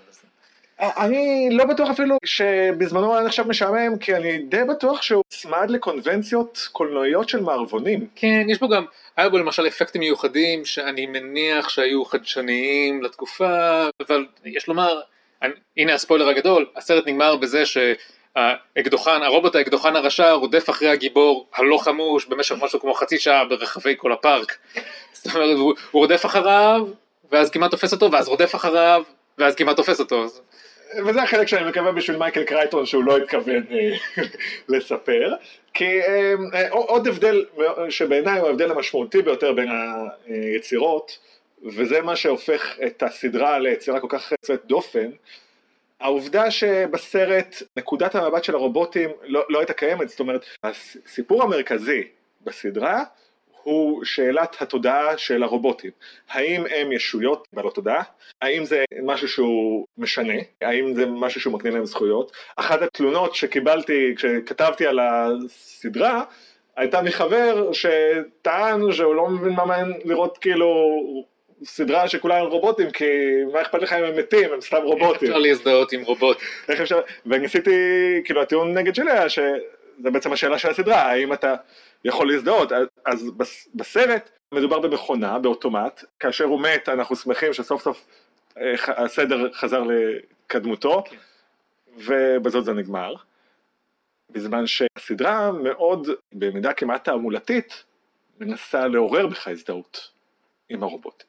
אני לא בטוח אפילו שבזמנו היה נחשב משעמם, כי אני די בטוח שהוא צמד לקונבנציות קולנועיות של מערבונים. כן, יש בו גם, היה בו למשל אפקטים מיוחדים שאני מניח שהיו חדשניים לתקופה, אבל יש לומר, הנה הספוילר הגדול, הסרט נגמר בזה שהאקדוחן, הרובוט האקדוחן הרשע רודף אחרי הגיבור הלא חמוש במשך משהו כמו חצי שעה ברחבי כל הפארק. זאת אומרת, הוא, הוא רודף אחריו, ואז כמעט תופס אותו, ואז רודף אחריו, ואז כמעט תופס אותו. וזה החלק שאני מקווה בשביל מייקל קרייטון שהוא לא התכוון לספר, כי עוד הבדל שבעיניי הוא ההבדל המשמעותי ביותר בין היצירות, וזה מה שהופך את הסדרה ליצירה כל כך יוצאת דופן, העובדה שבסרט נקודת המבט של הרובוטים לא, לא הייתה קיימת, זאת אומרת, הסיפור המרכזי בסדרה הוא שאלת התודעה של הרובוטים. האם הם ישויות בעלות תודעה? האם זה משהו שהוא משנה? האם זה משהו שהוא מקנה להם זכויות? אחת התלונות שקיבלתי כשכתבתי על הסדרה, הייתה מחבר שטען שהוא לא מבין מה מעניין לראות כאילו סדרה שכולה הם רובוטים, כי מה אכפת לך אם הם מתים, הם סתם רובוטים. איך אפשר להזדהות עם רובוט? איך אפשר, וניסיתי, כאילו הטיעון נגד שלי היה שזה בעצם השאלה של הסדרה, האם אתה יכול להזדהות, אז בסרט מדובר במכונה, באוטומט, כאשר הוא מת אנחנו שמחים שסוף סוף הסדר חזר לקדמותו, ובזאת זה נגמר, בזמן שהסדרה מאוד, במידה כמעט תעמולתית, מנסה לעורר בך הזדהות עם הרובוט.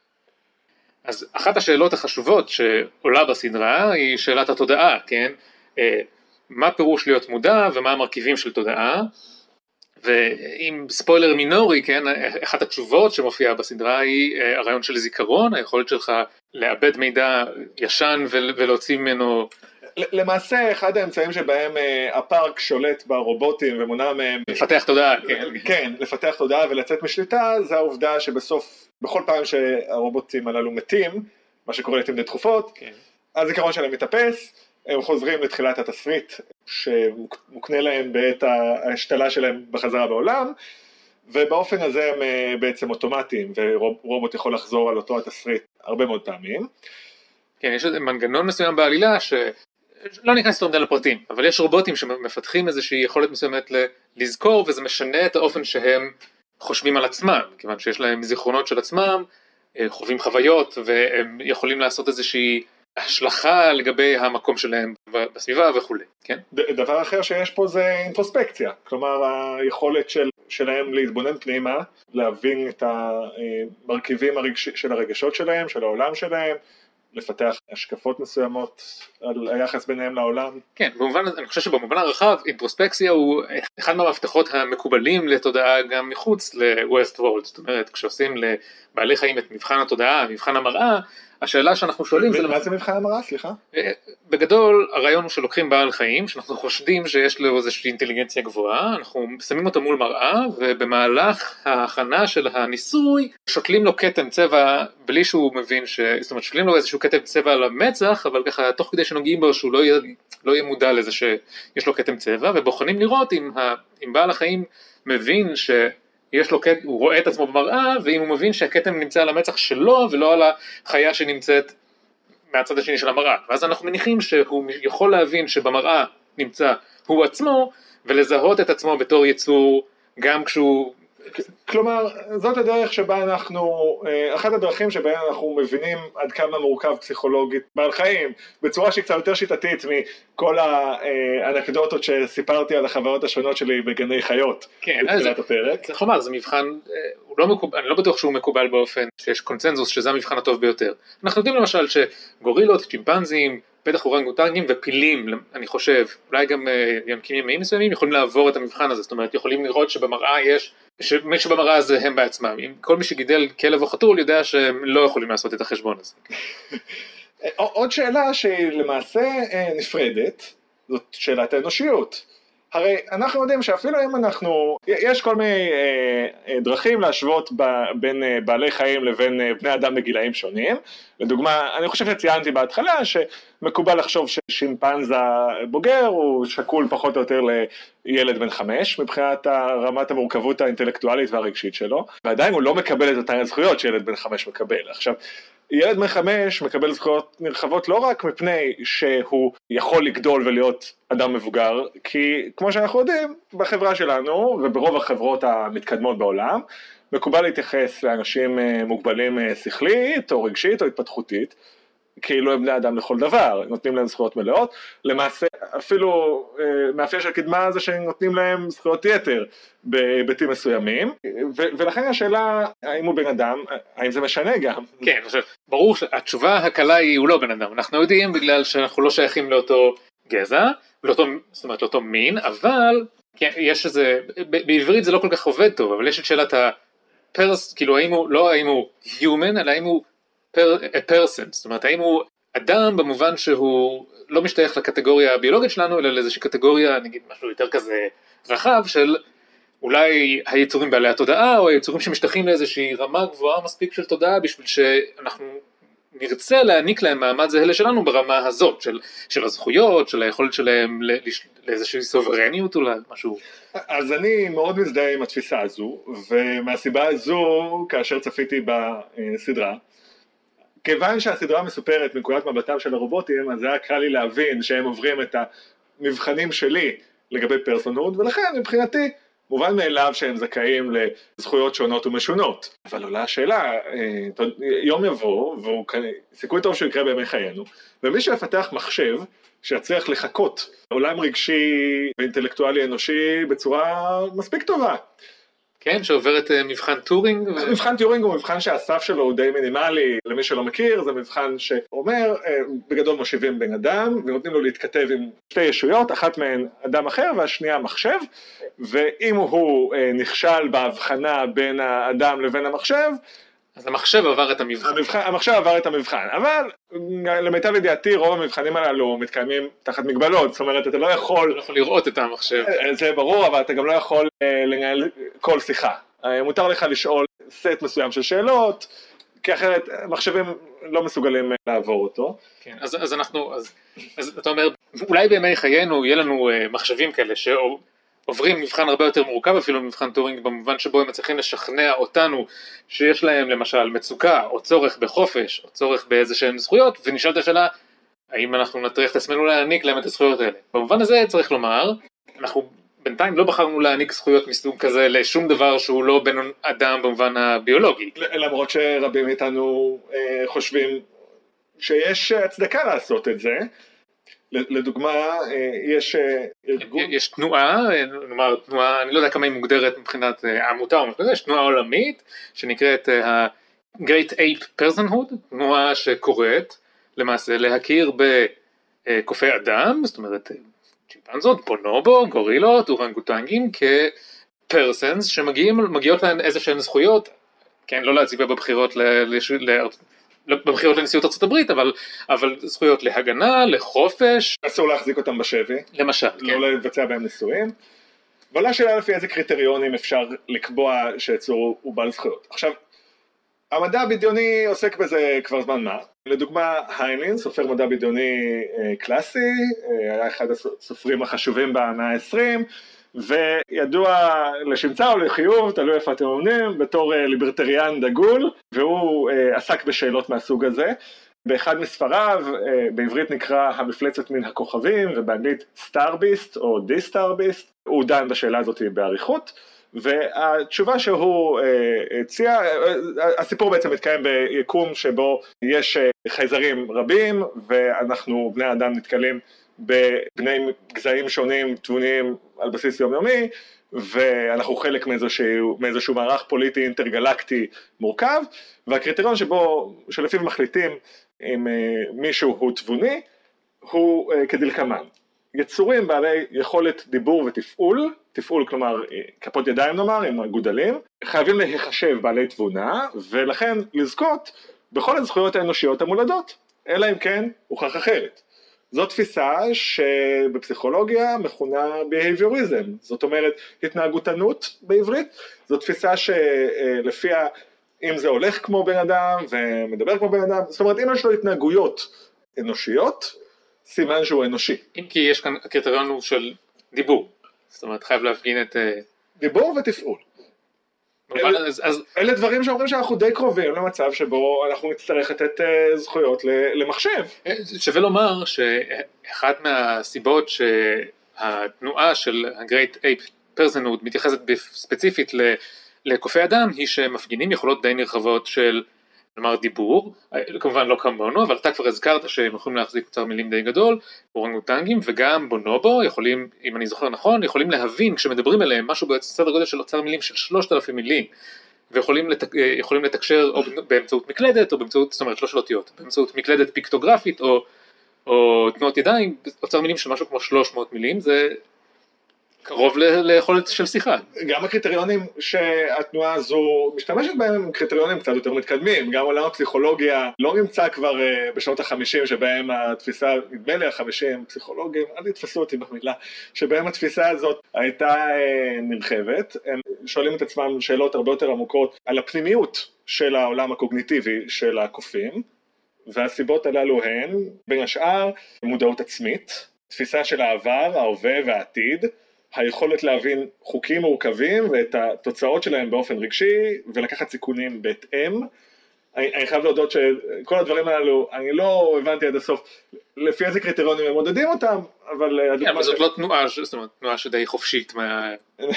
אז אחת השאלות החשובות שעולה בסדרה היא שאלת התודעה, כן? מה פירוש להיות מודע ומה המרכיבים של תודעה, ועם ספוילר מינורי, כן, אחת התשובות שמופיעה בסדרה היא הרעיון של זיכרון, היכולת שלך לאבד מידע ישן ולהוציא ממנו. למעשה אחד האמצעים שבהם הפארק שולט ברובוטים ומונע מהם לפתח תודעה, כן. כן, לפתח תודעה ולצאת משליטה, זה העובדה שבסוף, בכל פעם שהרובוטים הללו מתים, מה שקורה לעתים די תכופות, כן. הזיכרון שלהם מתאפס, הם חוזרים לתחילת התסריט שמוקנה להם בעת ההשתלה שלהם בחזרה בעולם, ובאופן הזה הם בעצם אוטומטיים, ורובוט יכול לחזור על אותו התסריט הרבה מאוד פעמים. כן, יש מנגנון מסוים בעלילה ש... לא ניכנס יותר לפרטים, אבל יש רובוטים שמפתחים איזושהי יכולת מסוימת לזכור, וזה משנה את האופן שהם חושבים על עצמם, כיוון שיש להם זיכרונות של עצמם, חווים חוויות, והם יכולים לעשות איזושהי השלכה לגבי המקום שלהם בסביבה וכו'. כן? דבר אחר שיש פה זה אינטרוספקציה, כלומר היכולת של, שלהם להתבונן פנימה, להבין את המרכיבים הרגש, של הרגשות שלהם, של העולם שלהם, לפתח השקפות מסוימות על היחס ביניהם לעולם. כן, במובן, אני חושב שבמובן הרחב, אינטרוספקציה הוא אחד מהמפתחות המקובלים לתודעה גם מחוץ ל-West World, זאת אומרת, כשעושים לבעלי חיים את מבחן התודעה, מבחן המראה, השאלה שאנחנו שואלים זה... מה זה מבחן המראה, סליחה? בגדול, הרעיון הוא שלוקחים בעל חיים, שאנחנו חושדים שיש לו איזושהי אינטליגנציה גבוהה, אנחנו שמים אותו מול מראה, ובמהלך ההכנה של הניסוי, שותלים לו כתם צבע, בלי שהוא מבין ש... זאת אומרת, שותלים לו איזשהו כתם צבע על המצח, אבל ככה, תוך כדי שנוגעים בו, שהוא לא יהיה, לא יהיה מודע לזה שיש לו כתם צבע, ובוחנים לראות אם, ה... אם בעל החיים מבין ש... יש לו, הוא רואה את עצמו במראה, ואם הוא מבין שהכתם נמצא על המצח שלו, ולא על החיה שנמצאת מהצד השני של המראה. ואז אנחנו מניחים שהוא יכול להבין שבמראה נמצא הוא עצמו, ולזהות את עצמו בתור יצור, גם כשהוא... כלומר, זאת הדרך שבה אנחנו, אחת הדרכים שבה אנחנו מבינים עד כמה מורכב פסיכולוגית בעל חיים, בצורה שהיא קצת יותר שיטתית מכל האנקדוטות שסיפרתי על החברות השונות שלי בגני חיות. כן, בתחילת הפרק. צריך לומר, זה מבחן, הוא לא מקובל, אני לא בטוח שהוא מקובל באופן שיש קונצנזוס שזה המבחן הטוב ביותר. אנחנו יודעים למשל שגורילות, צ'ימפנזים, בטח אורנגוטנגים ופילים, אני חושב, אולי גם יונקים ימיים מסוימים יכולים לעבור את המבחן הזה, זאת אומרת, יכולים לראות שבמראה יש, שמי שבמראה הזה הם בעצמם, כל מי שגידל כלב או חתול יודע שהם לא יכולים לעשות את החשבון הזה. עוד שאלה שהיא למעשה נפרדת, זאת שאלת האנושיות. הרי אנחנו יודעים שאפילו אם אנחנו, יש כל מיני דרכים להשוות בין בעלי חיים לבין בני אדם בגילאים שונים. לדוגמה, אני חושב שציינתי בהתחלה שמקובל לחשוב ששימפנזה בוגר הוא שקול פחות או יותר לילד בן חמש, מבחינת רמת המורכבות האינטלקטואלית והרגשית שלו, ועדיין הוא לא מקבל את אותן הזכויות שילד בן חמש מקבל. עכשיו, ילד בן חמש מקבל זכויות נרחבות לא רק מפני שהוא יכול לגדול ולהיות אדם מבוגר, כי כמו שאנחנו יודעים, בחברה שלנו וברוב החברות המתקדמות בעולם, מקובל להתייחס לאנשים מוגבלים שכלית או רגשית או התפתחותית, כאילו הם בני אדם לכל דבר, נותנים להם זכויות מלאות, למעשה אפילו מאפיין של קדמה זה שנותנים להם זכויות יתר בהיבטים מסוימים, ולכן השאלה האם הוא בן אדם, האם זה משנה גם. כן, ברור שהתשובה הקלה היא הוא לא בן אדם, אנחנו יודעים בגלל שאנחנו לא שייכים לאותו גזע, לאותו, זאת אומרת לאותו מין, אבל כן, יש איזה, בעברית זה לא כל כך עובד טוב, אבל יש את שאלת הפרס, כאילו האם הוא, לא האם הוא human, אלא האם הוא per, a person, זאת אומרת האם הוא אדם במובן שהוא לא משתייך לקטגוריה הביולוגית שלנו, אלא לאיזושהי קטגוריה, נגיד משהו יותר כזה רחב של אולי היצורים בעלי התודעה, או היצורים שמשתייכים לאיזושהי רמה גבוהה מספיק של תודעה, בשביל שאנחנו נרצה להעניק להם מעמד זהה שלנו ברמה הזאת, של, של הזכויות, של היכולת שלהם לאיזושהי סוברניות אולי, משהו. אז אני מאוד מזדהה עם התפיסה הזו, ומהסיבה הזו, כאשר צפיתי בסדרה, כיוון שהסדרה מסופרת מנקודת מבטם של הרובוטים, אז זה היה קל לי להבין שהם עוברים את המבחנים שלי לגבי פרסונהוד, ולכן מבחינתי מובן מאליו שהם זכאים לזכויות שונות ומשונות. אבל עולה השאלה, יום יבוא, והוא סיכוי טוב שהוא יקרה בימי חיינו, ומי שיפתח מחשב שיצליח לחכות עולם רגשי ואינטלקטואלי אנושי בצורה מספיק טובה. כן, שעוברת מבחן טורינג. ו... מבחן טורינג הוא מבחן שהסף שלו הוא די מינימלי, למי שלא מכיר, זה מבחן שאומר, בגדול מושיבים בן אדם, ונותנים לו להתכתב עם שתי ישויות, אחת מהן אדם אחר והשנייה מחשב, ואם הוא נכשל בהבחנה בין האדם לבין המחשב, אז המחשב עבר את המבחן. המבחן, המחשב עבר את המבחן, אבל למיטב ידיעתי רוב המבחנים הללו מתקיימים תחת מגבלות, זאת אומרת אתה לא יכול... לא יכול לראות את המחשב. זה ברור, אבל אתה גם לא יכול לנהל כל שיחה. מותר לך לשאול סט מסוים של שאלות, כי אחרת מחשבים לא מסוגלים לעבור אותו. כן, אז, אז אנחנו, אז, אז אתה אומר, אולי בימי חיינו יהיה לנו מחשבים כאלה שאו... עוברים מבחן הרבה יותר מורכב אפילו מבחן טורינג, במובן שבו הם מצליחים לשכנע אותנו שיש להם למשל מצוקה או צורך בחופש או צורך באיזשהן זכויות, ונשאלת השאלה האם אנחנו נטריח את עצמנו להעניק להם את הזכויות האלה. במובן הזה צריך לומר, אנחנו בינתיים לא בחרנו להעניק זכויות מסוג כזה לשום דבר שהוא לא בן אדם במובן הביולוגי. למרות שרבים מאיתנו אה, חושבים שיש הצדקה לעשות את זה. לדוגמה, יש ארגון... יש תנועה, נאמר, תנועה, אני לא יודע כמה היא מוגדרת מבחינת העמותה, יש תנועה עולמית שנקראת ה-Great Ape Personhood, תנועה שקוראת למעשה להכיר בקופי אדם, זאת אומרת, צ'ימפנזות, בונובו, גורילות, אורנגוטנגים, כ-persons שמגיעות להן איזשהן זכויות, כן, לא להציבה בבחירות לארצות, בבחירות לנשיאות ארצות הברית, אבל, אבל זכויות להגנה, לחופש. אסור להחזיק אותם בשבי. למשל, לא כן. לא לבצע בהם ניסויים. ועולה שאלה לפי איזה קריטריונים אפשר לקבוע שיצור הוא בעל זכויות. עכשיו, המדע הבדיוני עוסק בזה כבר זמן מה. לדוגמה, היינין, סופר מדע בדיוני קלאסי, היה אחד הסופרים החשובים במאה ה-עשרים, וידוע לשמצה או לחיוב, תלוי איפה אתם אומרים, בתור ליברטריאן דגול, והוא עסק בשאלות מהסוג הזה. באחד מספריו, בעברית נקרא המפלצת מן הכוכבים, ובאנגלית סטארביסט או די סטארביסט, הוא דן בשאלה הזאת בעריכות, והתשובה שהוא הציע, הסיפור בעצם מתקיים ביקום שבו יש חייזרים רבים, ואנחנו בני האדם נתקלים בבני גזעים שונים, תבוניים על בסיס יומיומי, ואנחנו חלק מאיזשהו, מאיזשהו מערך פוליטי אינטרגלקטי מורכב, והקריטריון שבו, שלפיו מחליטים אם מישהו הוא תבוני, הוא כדלקמן. יצורים בעלי יכולת דיבור ותפעול, תפעול כלומר כפות ידיים נאמר, עם גודלים, חייבים להיחשב בעלי תבונה, ולכן לזכות בכל הזכויות האנושיות המולדות, אלא אם כן הוכח אחרת. זו תפיסה שבפסיכולוגיה מכונה behaviorism, זאת אומרת התנהגותנות בעברית, זו תפיסה שלפיה אם זה הולך כמו בן אדם ומדבר כמו בן אדם, זאת אומרת אם יש לו התנהגויות אנושיות, סימן שהוא אנושי. אם כי יש כאן הקריטריון של דיבור, זאת אומרת חייב להפגין את... דיבור ותפעול. אלה, אז, אז... אלה דברים שאומרים שאנחנו די קרובים למצב שבו אנחנו נצטרך לתת זכויות למחשב. שווה לומר שאחת מהסיבות שהתנועה של ה-Great Ape Personhood מתייחסת ספציפית לקופי אדם, היא שמפגינים יכולות די נרחבות של כלומר דיבור, כמובן לא כמונו, אבל אתה כבר הזכרת שהם יכולים להחזיק אוצר מילים די גדול, אורנגוטנגים, וגם בונובו יכולים, אם אני זוכר נכון, יכולים להבין כשמדברים עליהם משהו בסדר גודל של אוצר מילים של שלושת אלפים מילים, ויכולים לתק... יכולים לתקשר או באמצעות מקלדת, או באמצעות, זאת אומרת, לא של אותיות, באמצעות מקלדת פיקטוגרפית, או, או תנועות ידיים, אוצר מילים של משהו כמו שלוש מאות מילים, זה קרוב ל... ליכולת של שיחה. גם הקריטריונים שהתנועה הזו משתמשת בהם הם קריטריונים קצת יותר מתקדמים, גם עולם הפסיכולוגיה לא נמצא כבר בשנות החמישים שבהם התפיסה, נדמה לי החמישים פסיכולוגים, אל תתפסו אותי במילה, שבהם התפיסה הזאת הייתה נרחבת, הם שואלים את עצמם שאלות הרבה יותר עמוקות על הפנימיות של העולם הקוגניטיבי של הקופים, והסיבות הללו הן בין השאר מודעות עצמית, תפיסה של העבר, ההווה והעתיד, היכולת להבין חוקים מורכבים ואת התוצאות שלהם באופן רגשי ולקחת סיכונים בהתאם. אני, אני חייב להודות שכל הדברים האלו, אני לא הבנתי עד הסוף לפי איזה קריטריונים הם מודדים אותם, אבל... כן, אבל זאת לא תנועה, זאת אומרת, תנועה שדי חופשית מה...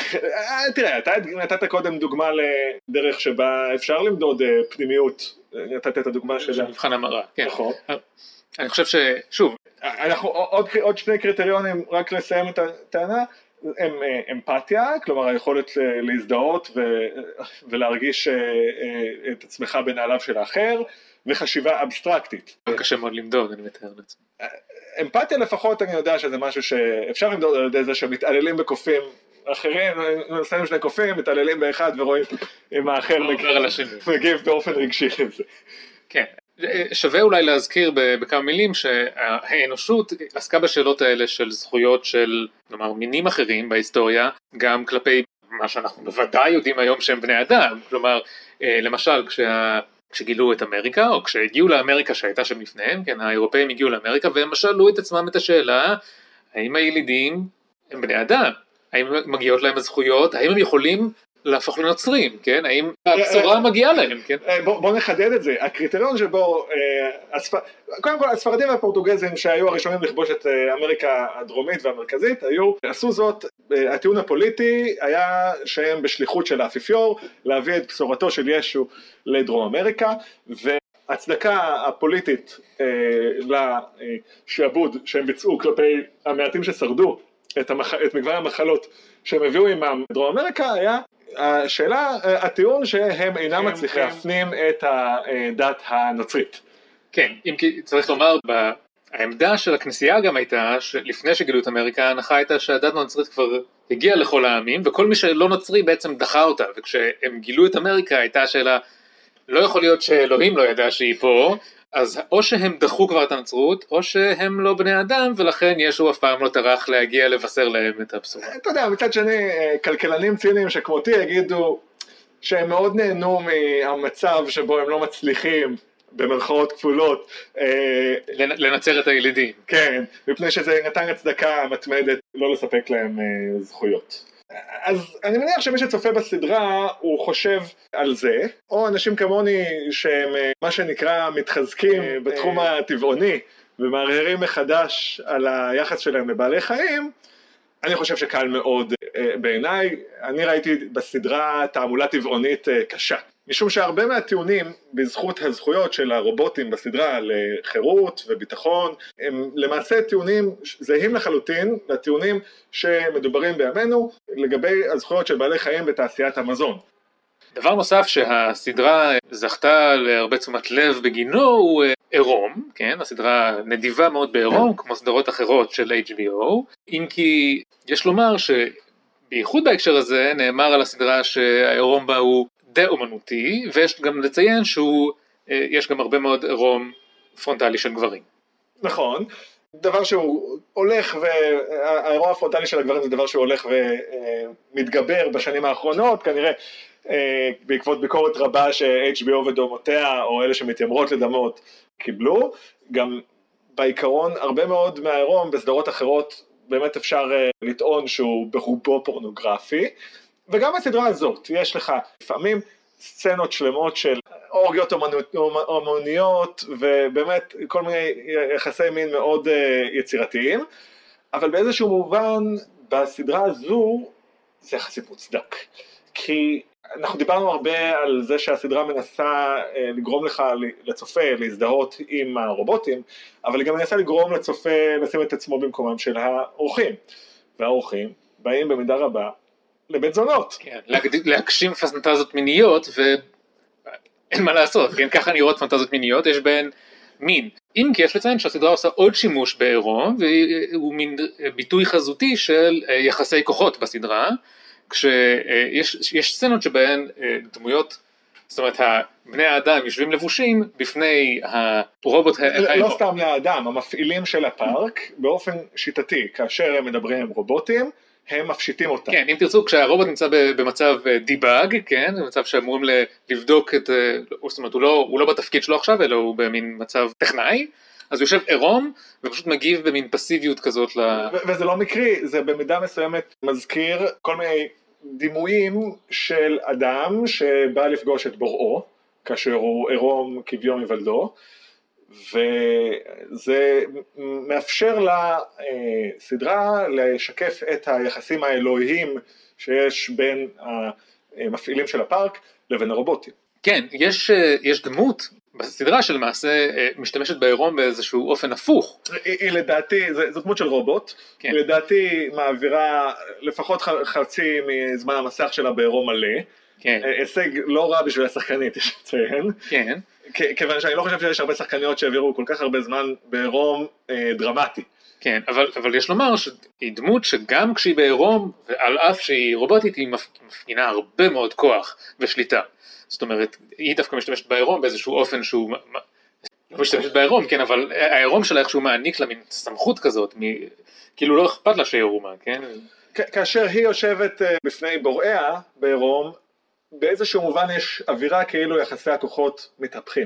תראה, אתה נתת קודם דוגמה לדרך שבה אפשר למדוד פנימיות, נתת את הדוגמה של מבחן המראה, כן. נכון. אני חושב ששוב... אנחנו עוד, עוד שני קריטריונים, רק לסיים את הטענה, הם אמפתיה, כלומר היכולת להזדהות ו, ולהרגיש את עצמך בנעליו של האחר, וחשיבה אבסטרקטית. קשה מאוד למדוד, אני מתאר לעצמי. אמפתיה לפחות אני יודע שזה משהו שאפשר למדוד על ידי זה שמתעללים בקופים אחרים, נסיים שני קופים, מתעללים באחד ורואים אם האחר מגיב באופן רגשי לזה. כן. שווה אולי להזכיר בכמה מילים שהאנושות עסקה בשאלות האלה של זכויות של, נאמר, מינים אחרים בהיסטוריה, גם כלפי מה שאנחנו בוודאי יודעים היום שהם בני אדם, כלומר, למשל, כשה, כשגילו את אמריקה, או כשהגיעו לאמריקה שהייתה שם לפניהם, כן, האירופאים הגיעו לאמריקה, והם שאלו את עצמם את השאלה, האם הילידים הם בני אדם? האם מגיעות להם הזכויות? האם הם יכולים להפוך לנוצרים, כן? האם הבשורה מגיעה להם, כן? בוא נחדד את זה. הקריטריון שבו, קודם כל, הספרדים והפורטוגזים שהיו הראשונים לכבוש את אמריקה הדרומית והמרכזית, היו, עשו זאת, הטיעון הפוליטי היה שהם בשליחות של האפיפיור, להביא את בשורתו של ישו לדרום אמריקה, והצדקה הפוליטית לשעבוד שהם ביצעו כלפי המעטים ששרדו את מגוון המחלות שהם הביאו עמם לדרום אמריקה, היה השאלה, הטיעון שהם אינם מצליחים להפנים את הדת הנוצרית. כן, אם כי צריך לומר, העמדה של הכנסייה גם הייתה, שלפני שגילו את אמריקה, ההנחה הייתה שהדת הנוצרית כבר הגיעה לכל העמים, וכל מי שלא נוצרי בעצם דחה אותה, וכשהם גילו את אמריקה הייתה השאלה, לא יכול להיות שאלוהים לא ידע שהיא פה, אז או שהם דחו כבר את הנצרות, או שהם לא בני אדם, ולכן ישו אף פעם לא טרח להגיע לבשר להם את הבשורה. אתה יודע, מצד שני, כלכלנים ציניים שכמותי יגידו שהם מאוד נהנו מהמצב שבו הם לא מצליחים, במרכאות כפולות, לנצר את הילידים. כן, מפני שזה נתן הצדקה מתמדת לא לספק להם זכויות. אז אני מניח שמי שצופה בסדרה הוא חושב על זה, או אנשים כמוני שהם מה שנקרא מתחזקים בתחום הטבעוני ומערערים מחדש על היחס שלהם לבעלי חיים, אני חושב שקל מאוד בעיניי. אני ראיתי בסדרה תעמולה טבעונית קשה, משום שהרבה מהטיעונים בזכות הזכויות של הרובוטים בסדרה לחירות וביטחון הם למעשה טיעונים זהים לחלוטין לטיעונים שמדוברים בימינו לגבי הזכויות של בעלי חיים בתעשיית המזון. דבר נוסף שהסדרה זכתה להרבה תשומת לב בגינו הוא עירום, כן? הסדרה נדיבה מאוד בעירום כמו סדרות אחרות של אייץ' בי או, אם כי יש לומר שבייחוד בהקשר הזה נאמר על הסדרה שהעירום בה הוא די אומנותי, ויש גם לציין שהוא, יש גם הרבה מאוד עירום פרונטלי של גברים. נכון, דבר שהוא הולך, והעירום הפרונטלי של הגברים זה דבר שהוא הולך ומתגבר בשנים האחרונות, כנראה בעקבות ביקורת רבה ש-אייץ' בי או ודומותיה, או אלה שמתיימרות לדמות, קיבלו. גם בעיקרון הרבה מאוד מהעירום בסדרות אחרות באמת אפשר לטעון שהוא ברובו פורנוגרפי, וגם בסדרה הזאת יש לך לפעמים סצנות שלמות של אורגיות אומניות ובאמת כל מיני יחסי מין מאוד יצירתיים, אבל באיזשהו מובן בסדרה הזו זה יחסית מוצדק, כי אנחנו דיברנו הרבה על זה שהסדרה מנסה לגרום לך לצופה להזדהות עם הרובוטים, אבל היא גם מנסה לגרום לצופה לשים את עצמו במקומם של האורחים, והאורחים באים במידה רבה לבית זונות. כן, להגשים פנטזיות מיניות, ואין מה לעשות, כן, ככה נראות פנטזיות מיניות, יש בהן מין. אם כי יש לציין שהסדרה עושה עוד שימוש בעירום, והוא מין ביטוי חזותי של יחסי כוחות בסדרה, כשיש יש סצנות שבהן דמויות, זאת אומרת, בני האדם יושבים לבושים בפני הרובוט. לא סתם בני האדם, המפעילים של הפארק, באופן שיטתי, כאשר הם מדברים עם רובוטים, הם מפשיטים אותם. כן, אם תרצו, כשהרובוט נמצא במצב דיבאג, כן, במצב שאמורים לבדוק את, זאת אומרת, הוא לא, הוא לא בתפקיד שלו עכשיו, אלא הוא במין מצב טכנאי, אז הוא יושב עירום, ופשוט מגיב במין פסיביות כזאת. ל... וזה לא מקרי, זה במידה מסוימת מזכיר כל מיני דימויים של אדם שבא לפגוש את בוראו, כאשר הוא עירום כביום היוולדו, וזה מאפשר לסדרה לשקף את היחסים האלוהיים שיש בין המפעילים של הפארק לבין הרובוטים. כן, יש, יש דמות בסדרה שלמעשה משתמשת בעירום באיזשהו אופן הפוך. היא, היא לדעתי, זו דמות של רובוט, כן. היא לדעתי מעבירה לפחות חצי מזמן המסך שלה בעירום מלא, כן. הישג לא רע בשביל השחקנית, יש לציין. כן. כיוון שאני לא חושב שיש הרבה שחקניות שהעבירו כל כך הרבה זמן בעירום אה, דרמטי. כן, אבל, אבל יש לומר שהיא דמות שגם כשהיא בעירום, ועל אף שהיא רובוטית, היא מפגינה הרבה מאוד כוח ושליטה. זאת אומרת, היא דווקא משתמשת בעירום באיזשהו אופן שהוא, לא משתמשת בעירום, כן, אבל העירום שלה איכשהו מעניק לה מין סמכות כזאת, מ, כאילו לא אכפת לה שהיא עירומה, כן? כאשר היא יושבת בפני בוראיה בעירום, באיזשהו מובן יש אווירה כאילו יחסי הכוחות מתהפכים.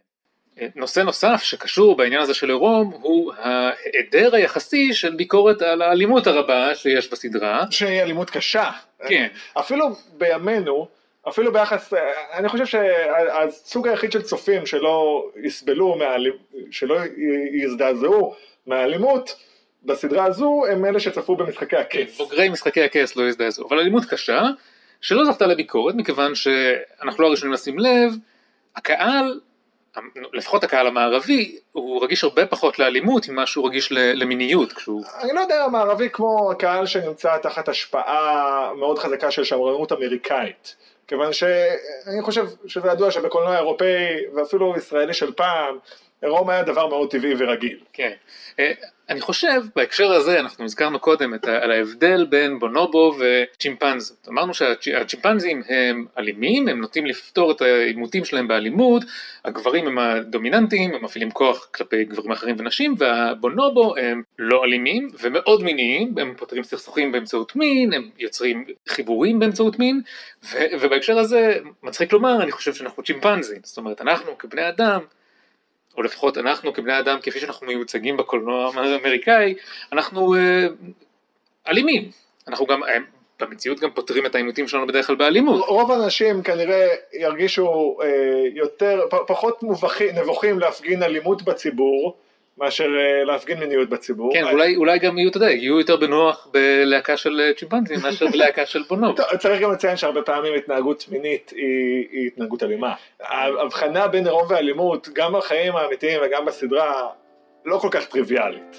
נושא נוסף שקשור בעניין הזה של עירום הוא ההיעדר היחסי של ביקורת על האלימות הרבה שיש בסדרה. שהיא אלימות קשה. כן. אפילו בימינו, אפילו ביחס, אני חושב שהסוג היחיד של צופים שלא יסבלו, שלא יזדעזעו מהאלימות בסדרה הזו, הם אלה שצפו במשחקי הכס. בוגרי משחקי הכס לא יזדעזעו, אבל אלימות קשה, שלא זכתה לביקורת, מכיוון שאנחנו לא הראשונים לשים לב, הקהל, לפחות הקהל המערבי, הוא רגיש הרבה פחות לאלימות ממה שהוא רגיש למיניות. כשהוא... אני לא יודע, המערבי כמו הקהל שנמצא תחת השפעה מאוד חזקה של שמרנות אמריקאית, כיוון שאני חושב שזה ידוע שבקולנוע אירופאי ואפילו ישראלי של פעם, עירום היה דבר מאוד טבעי ורגיל. כן. אני חושב, בהקשר הזה, אנחנו הזכרנו קודם את, על ההבדל בין בונובו וצ'ימפנזות. אמרנו שהצ'ימפנזים הם אלימים, הם נוטים לפתור את העימותים שלהם באלימות, הגברים הם הדומיננטיים, הם מפעילים כוח כלפי גברים אחרים ונשים, והבונובו הם לא אלימים ומאוד מיניים, הם פותרים סכסוכים באמצעות מין, הם יוצרים חיבורים באמצעות מין, ו, ובהקשר הזה, מצחיק לומר, אני חושב שאנחנו צ'ימפנזים, זאת אומרת, אנחנו כבני אדם, או לפחות אנחנו כבני אדם, כפי שאנחנו מיוצגים בקולנוע האמריקאי, אנחנו אה, אלימים. אנחנו גם, אה, במציאות גם פותרים את העימותים שלנו בדרך כלל באלימות. רוב האנשים כנראה ירגישו אה, יותר, פ, פחות מובחים, נבוכים להפגין אלימות בציבור, מאשר להפגין מיניות בציבור. כן, אולי, אולי גם יהיו, אתה יודע, יהיו יותר בנוח בלהקה של צ'ימפנזים, מאשר בלהקה של בונובו. צריך גם לציין שהרבה פעמים התנהגות מינית היא, היא התנהגות אלימה. ההבחנה בין עירום ואלימות, גם בחיים האמיתיים וגם בסדרה, לא כל כך טריוויאלית.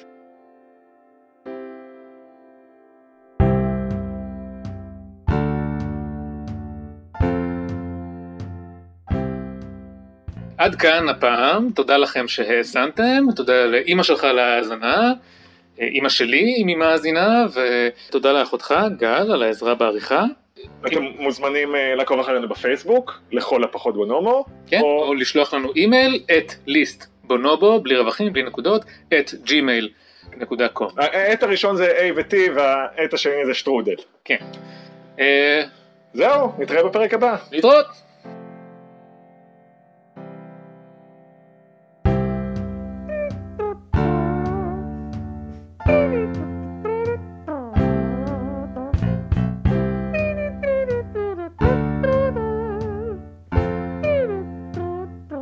עד כאן הפעם, תודה לכם שהאזנתם, תודה לאמא שלך על ההאזנה, אמא שלי אם היא מאזינה, ותודה לאחותך גל על העזרה בעריכה. אתם מוזמנים לעקוב אחרינו בפייסבוק, לכל הפחות בונובו. כן, או לשלוח לנו אימייל, את ליסט בונובו, בלי רווחים, בלי נקודות, את ג'ימייל נקודה קום. העת הראשון זה A ו-T, והעת השני זה שטרודל. כן. זהו, נתראה בפרק הבא. להתראות.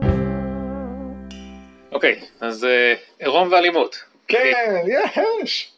אוקיי, אז עירום ואלימות. כן, יש.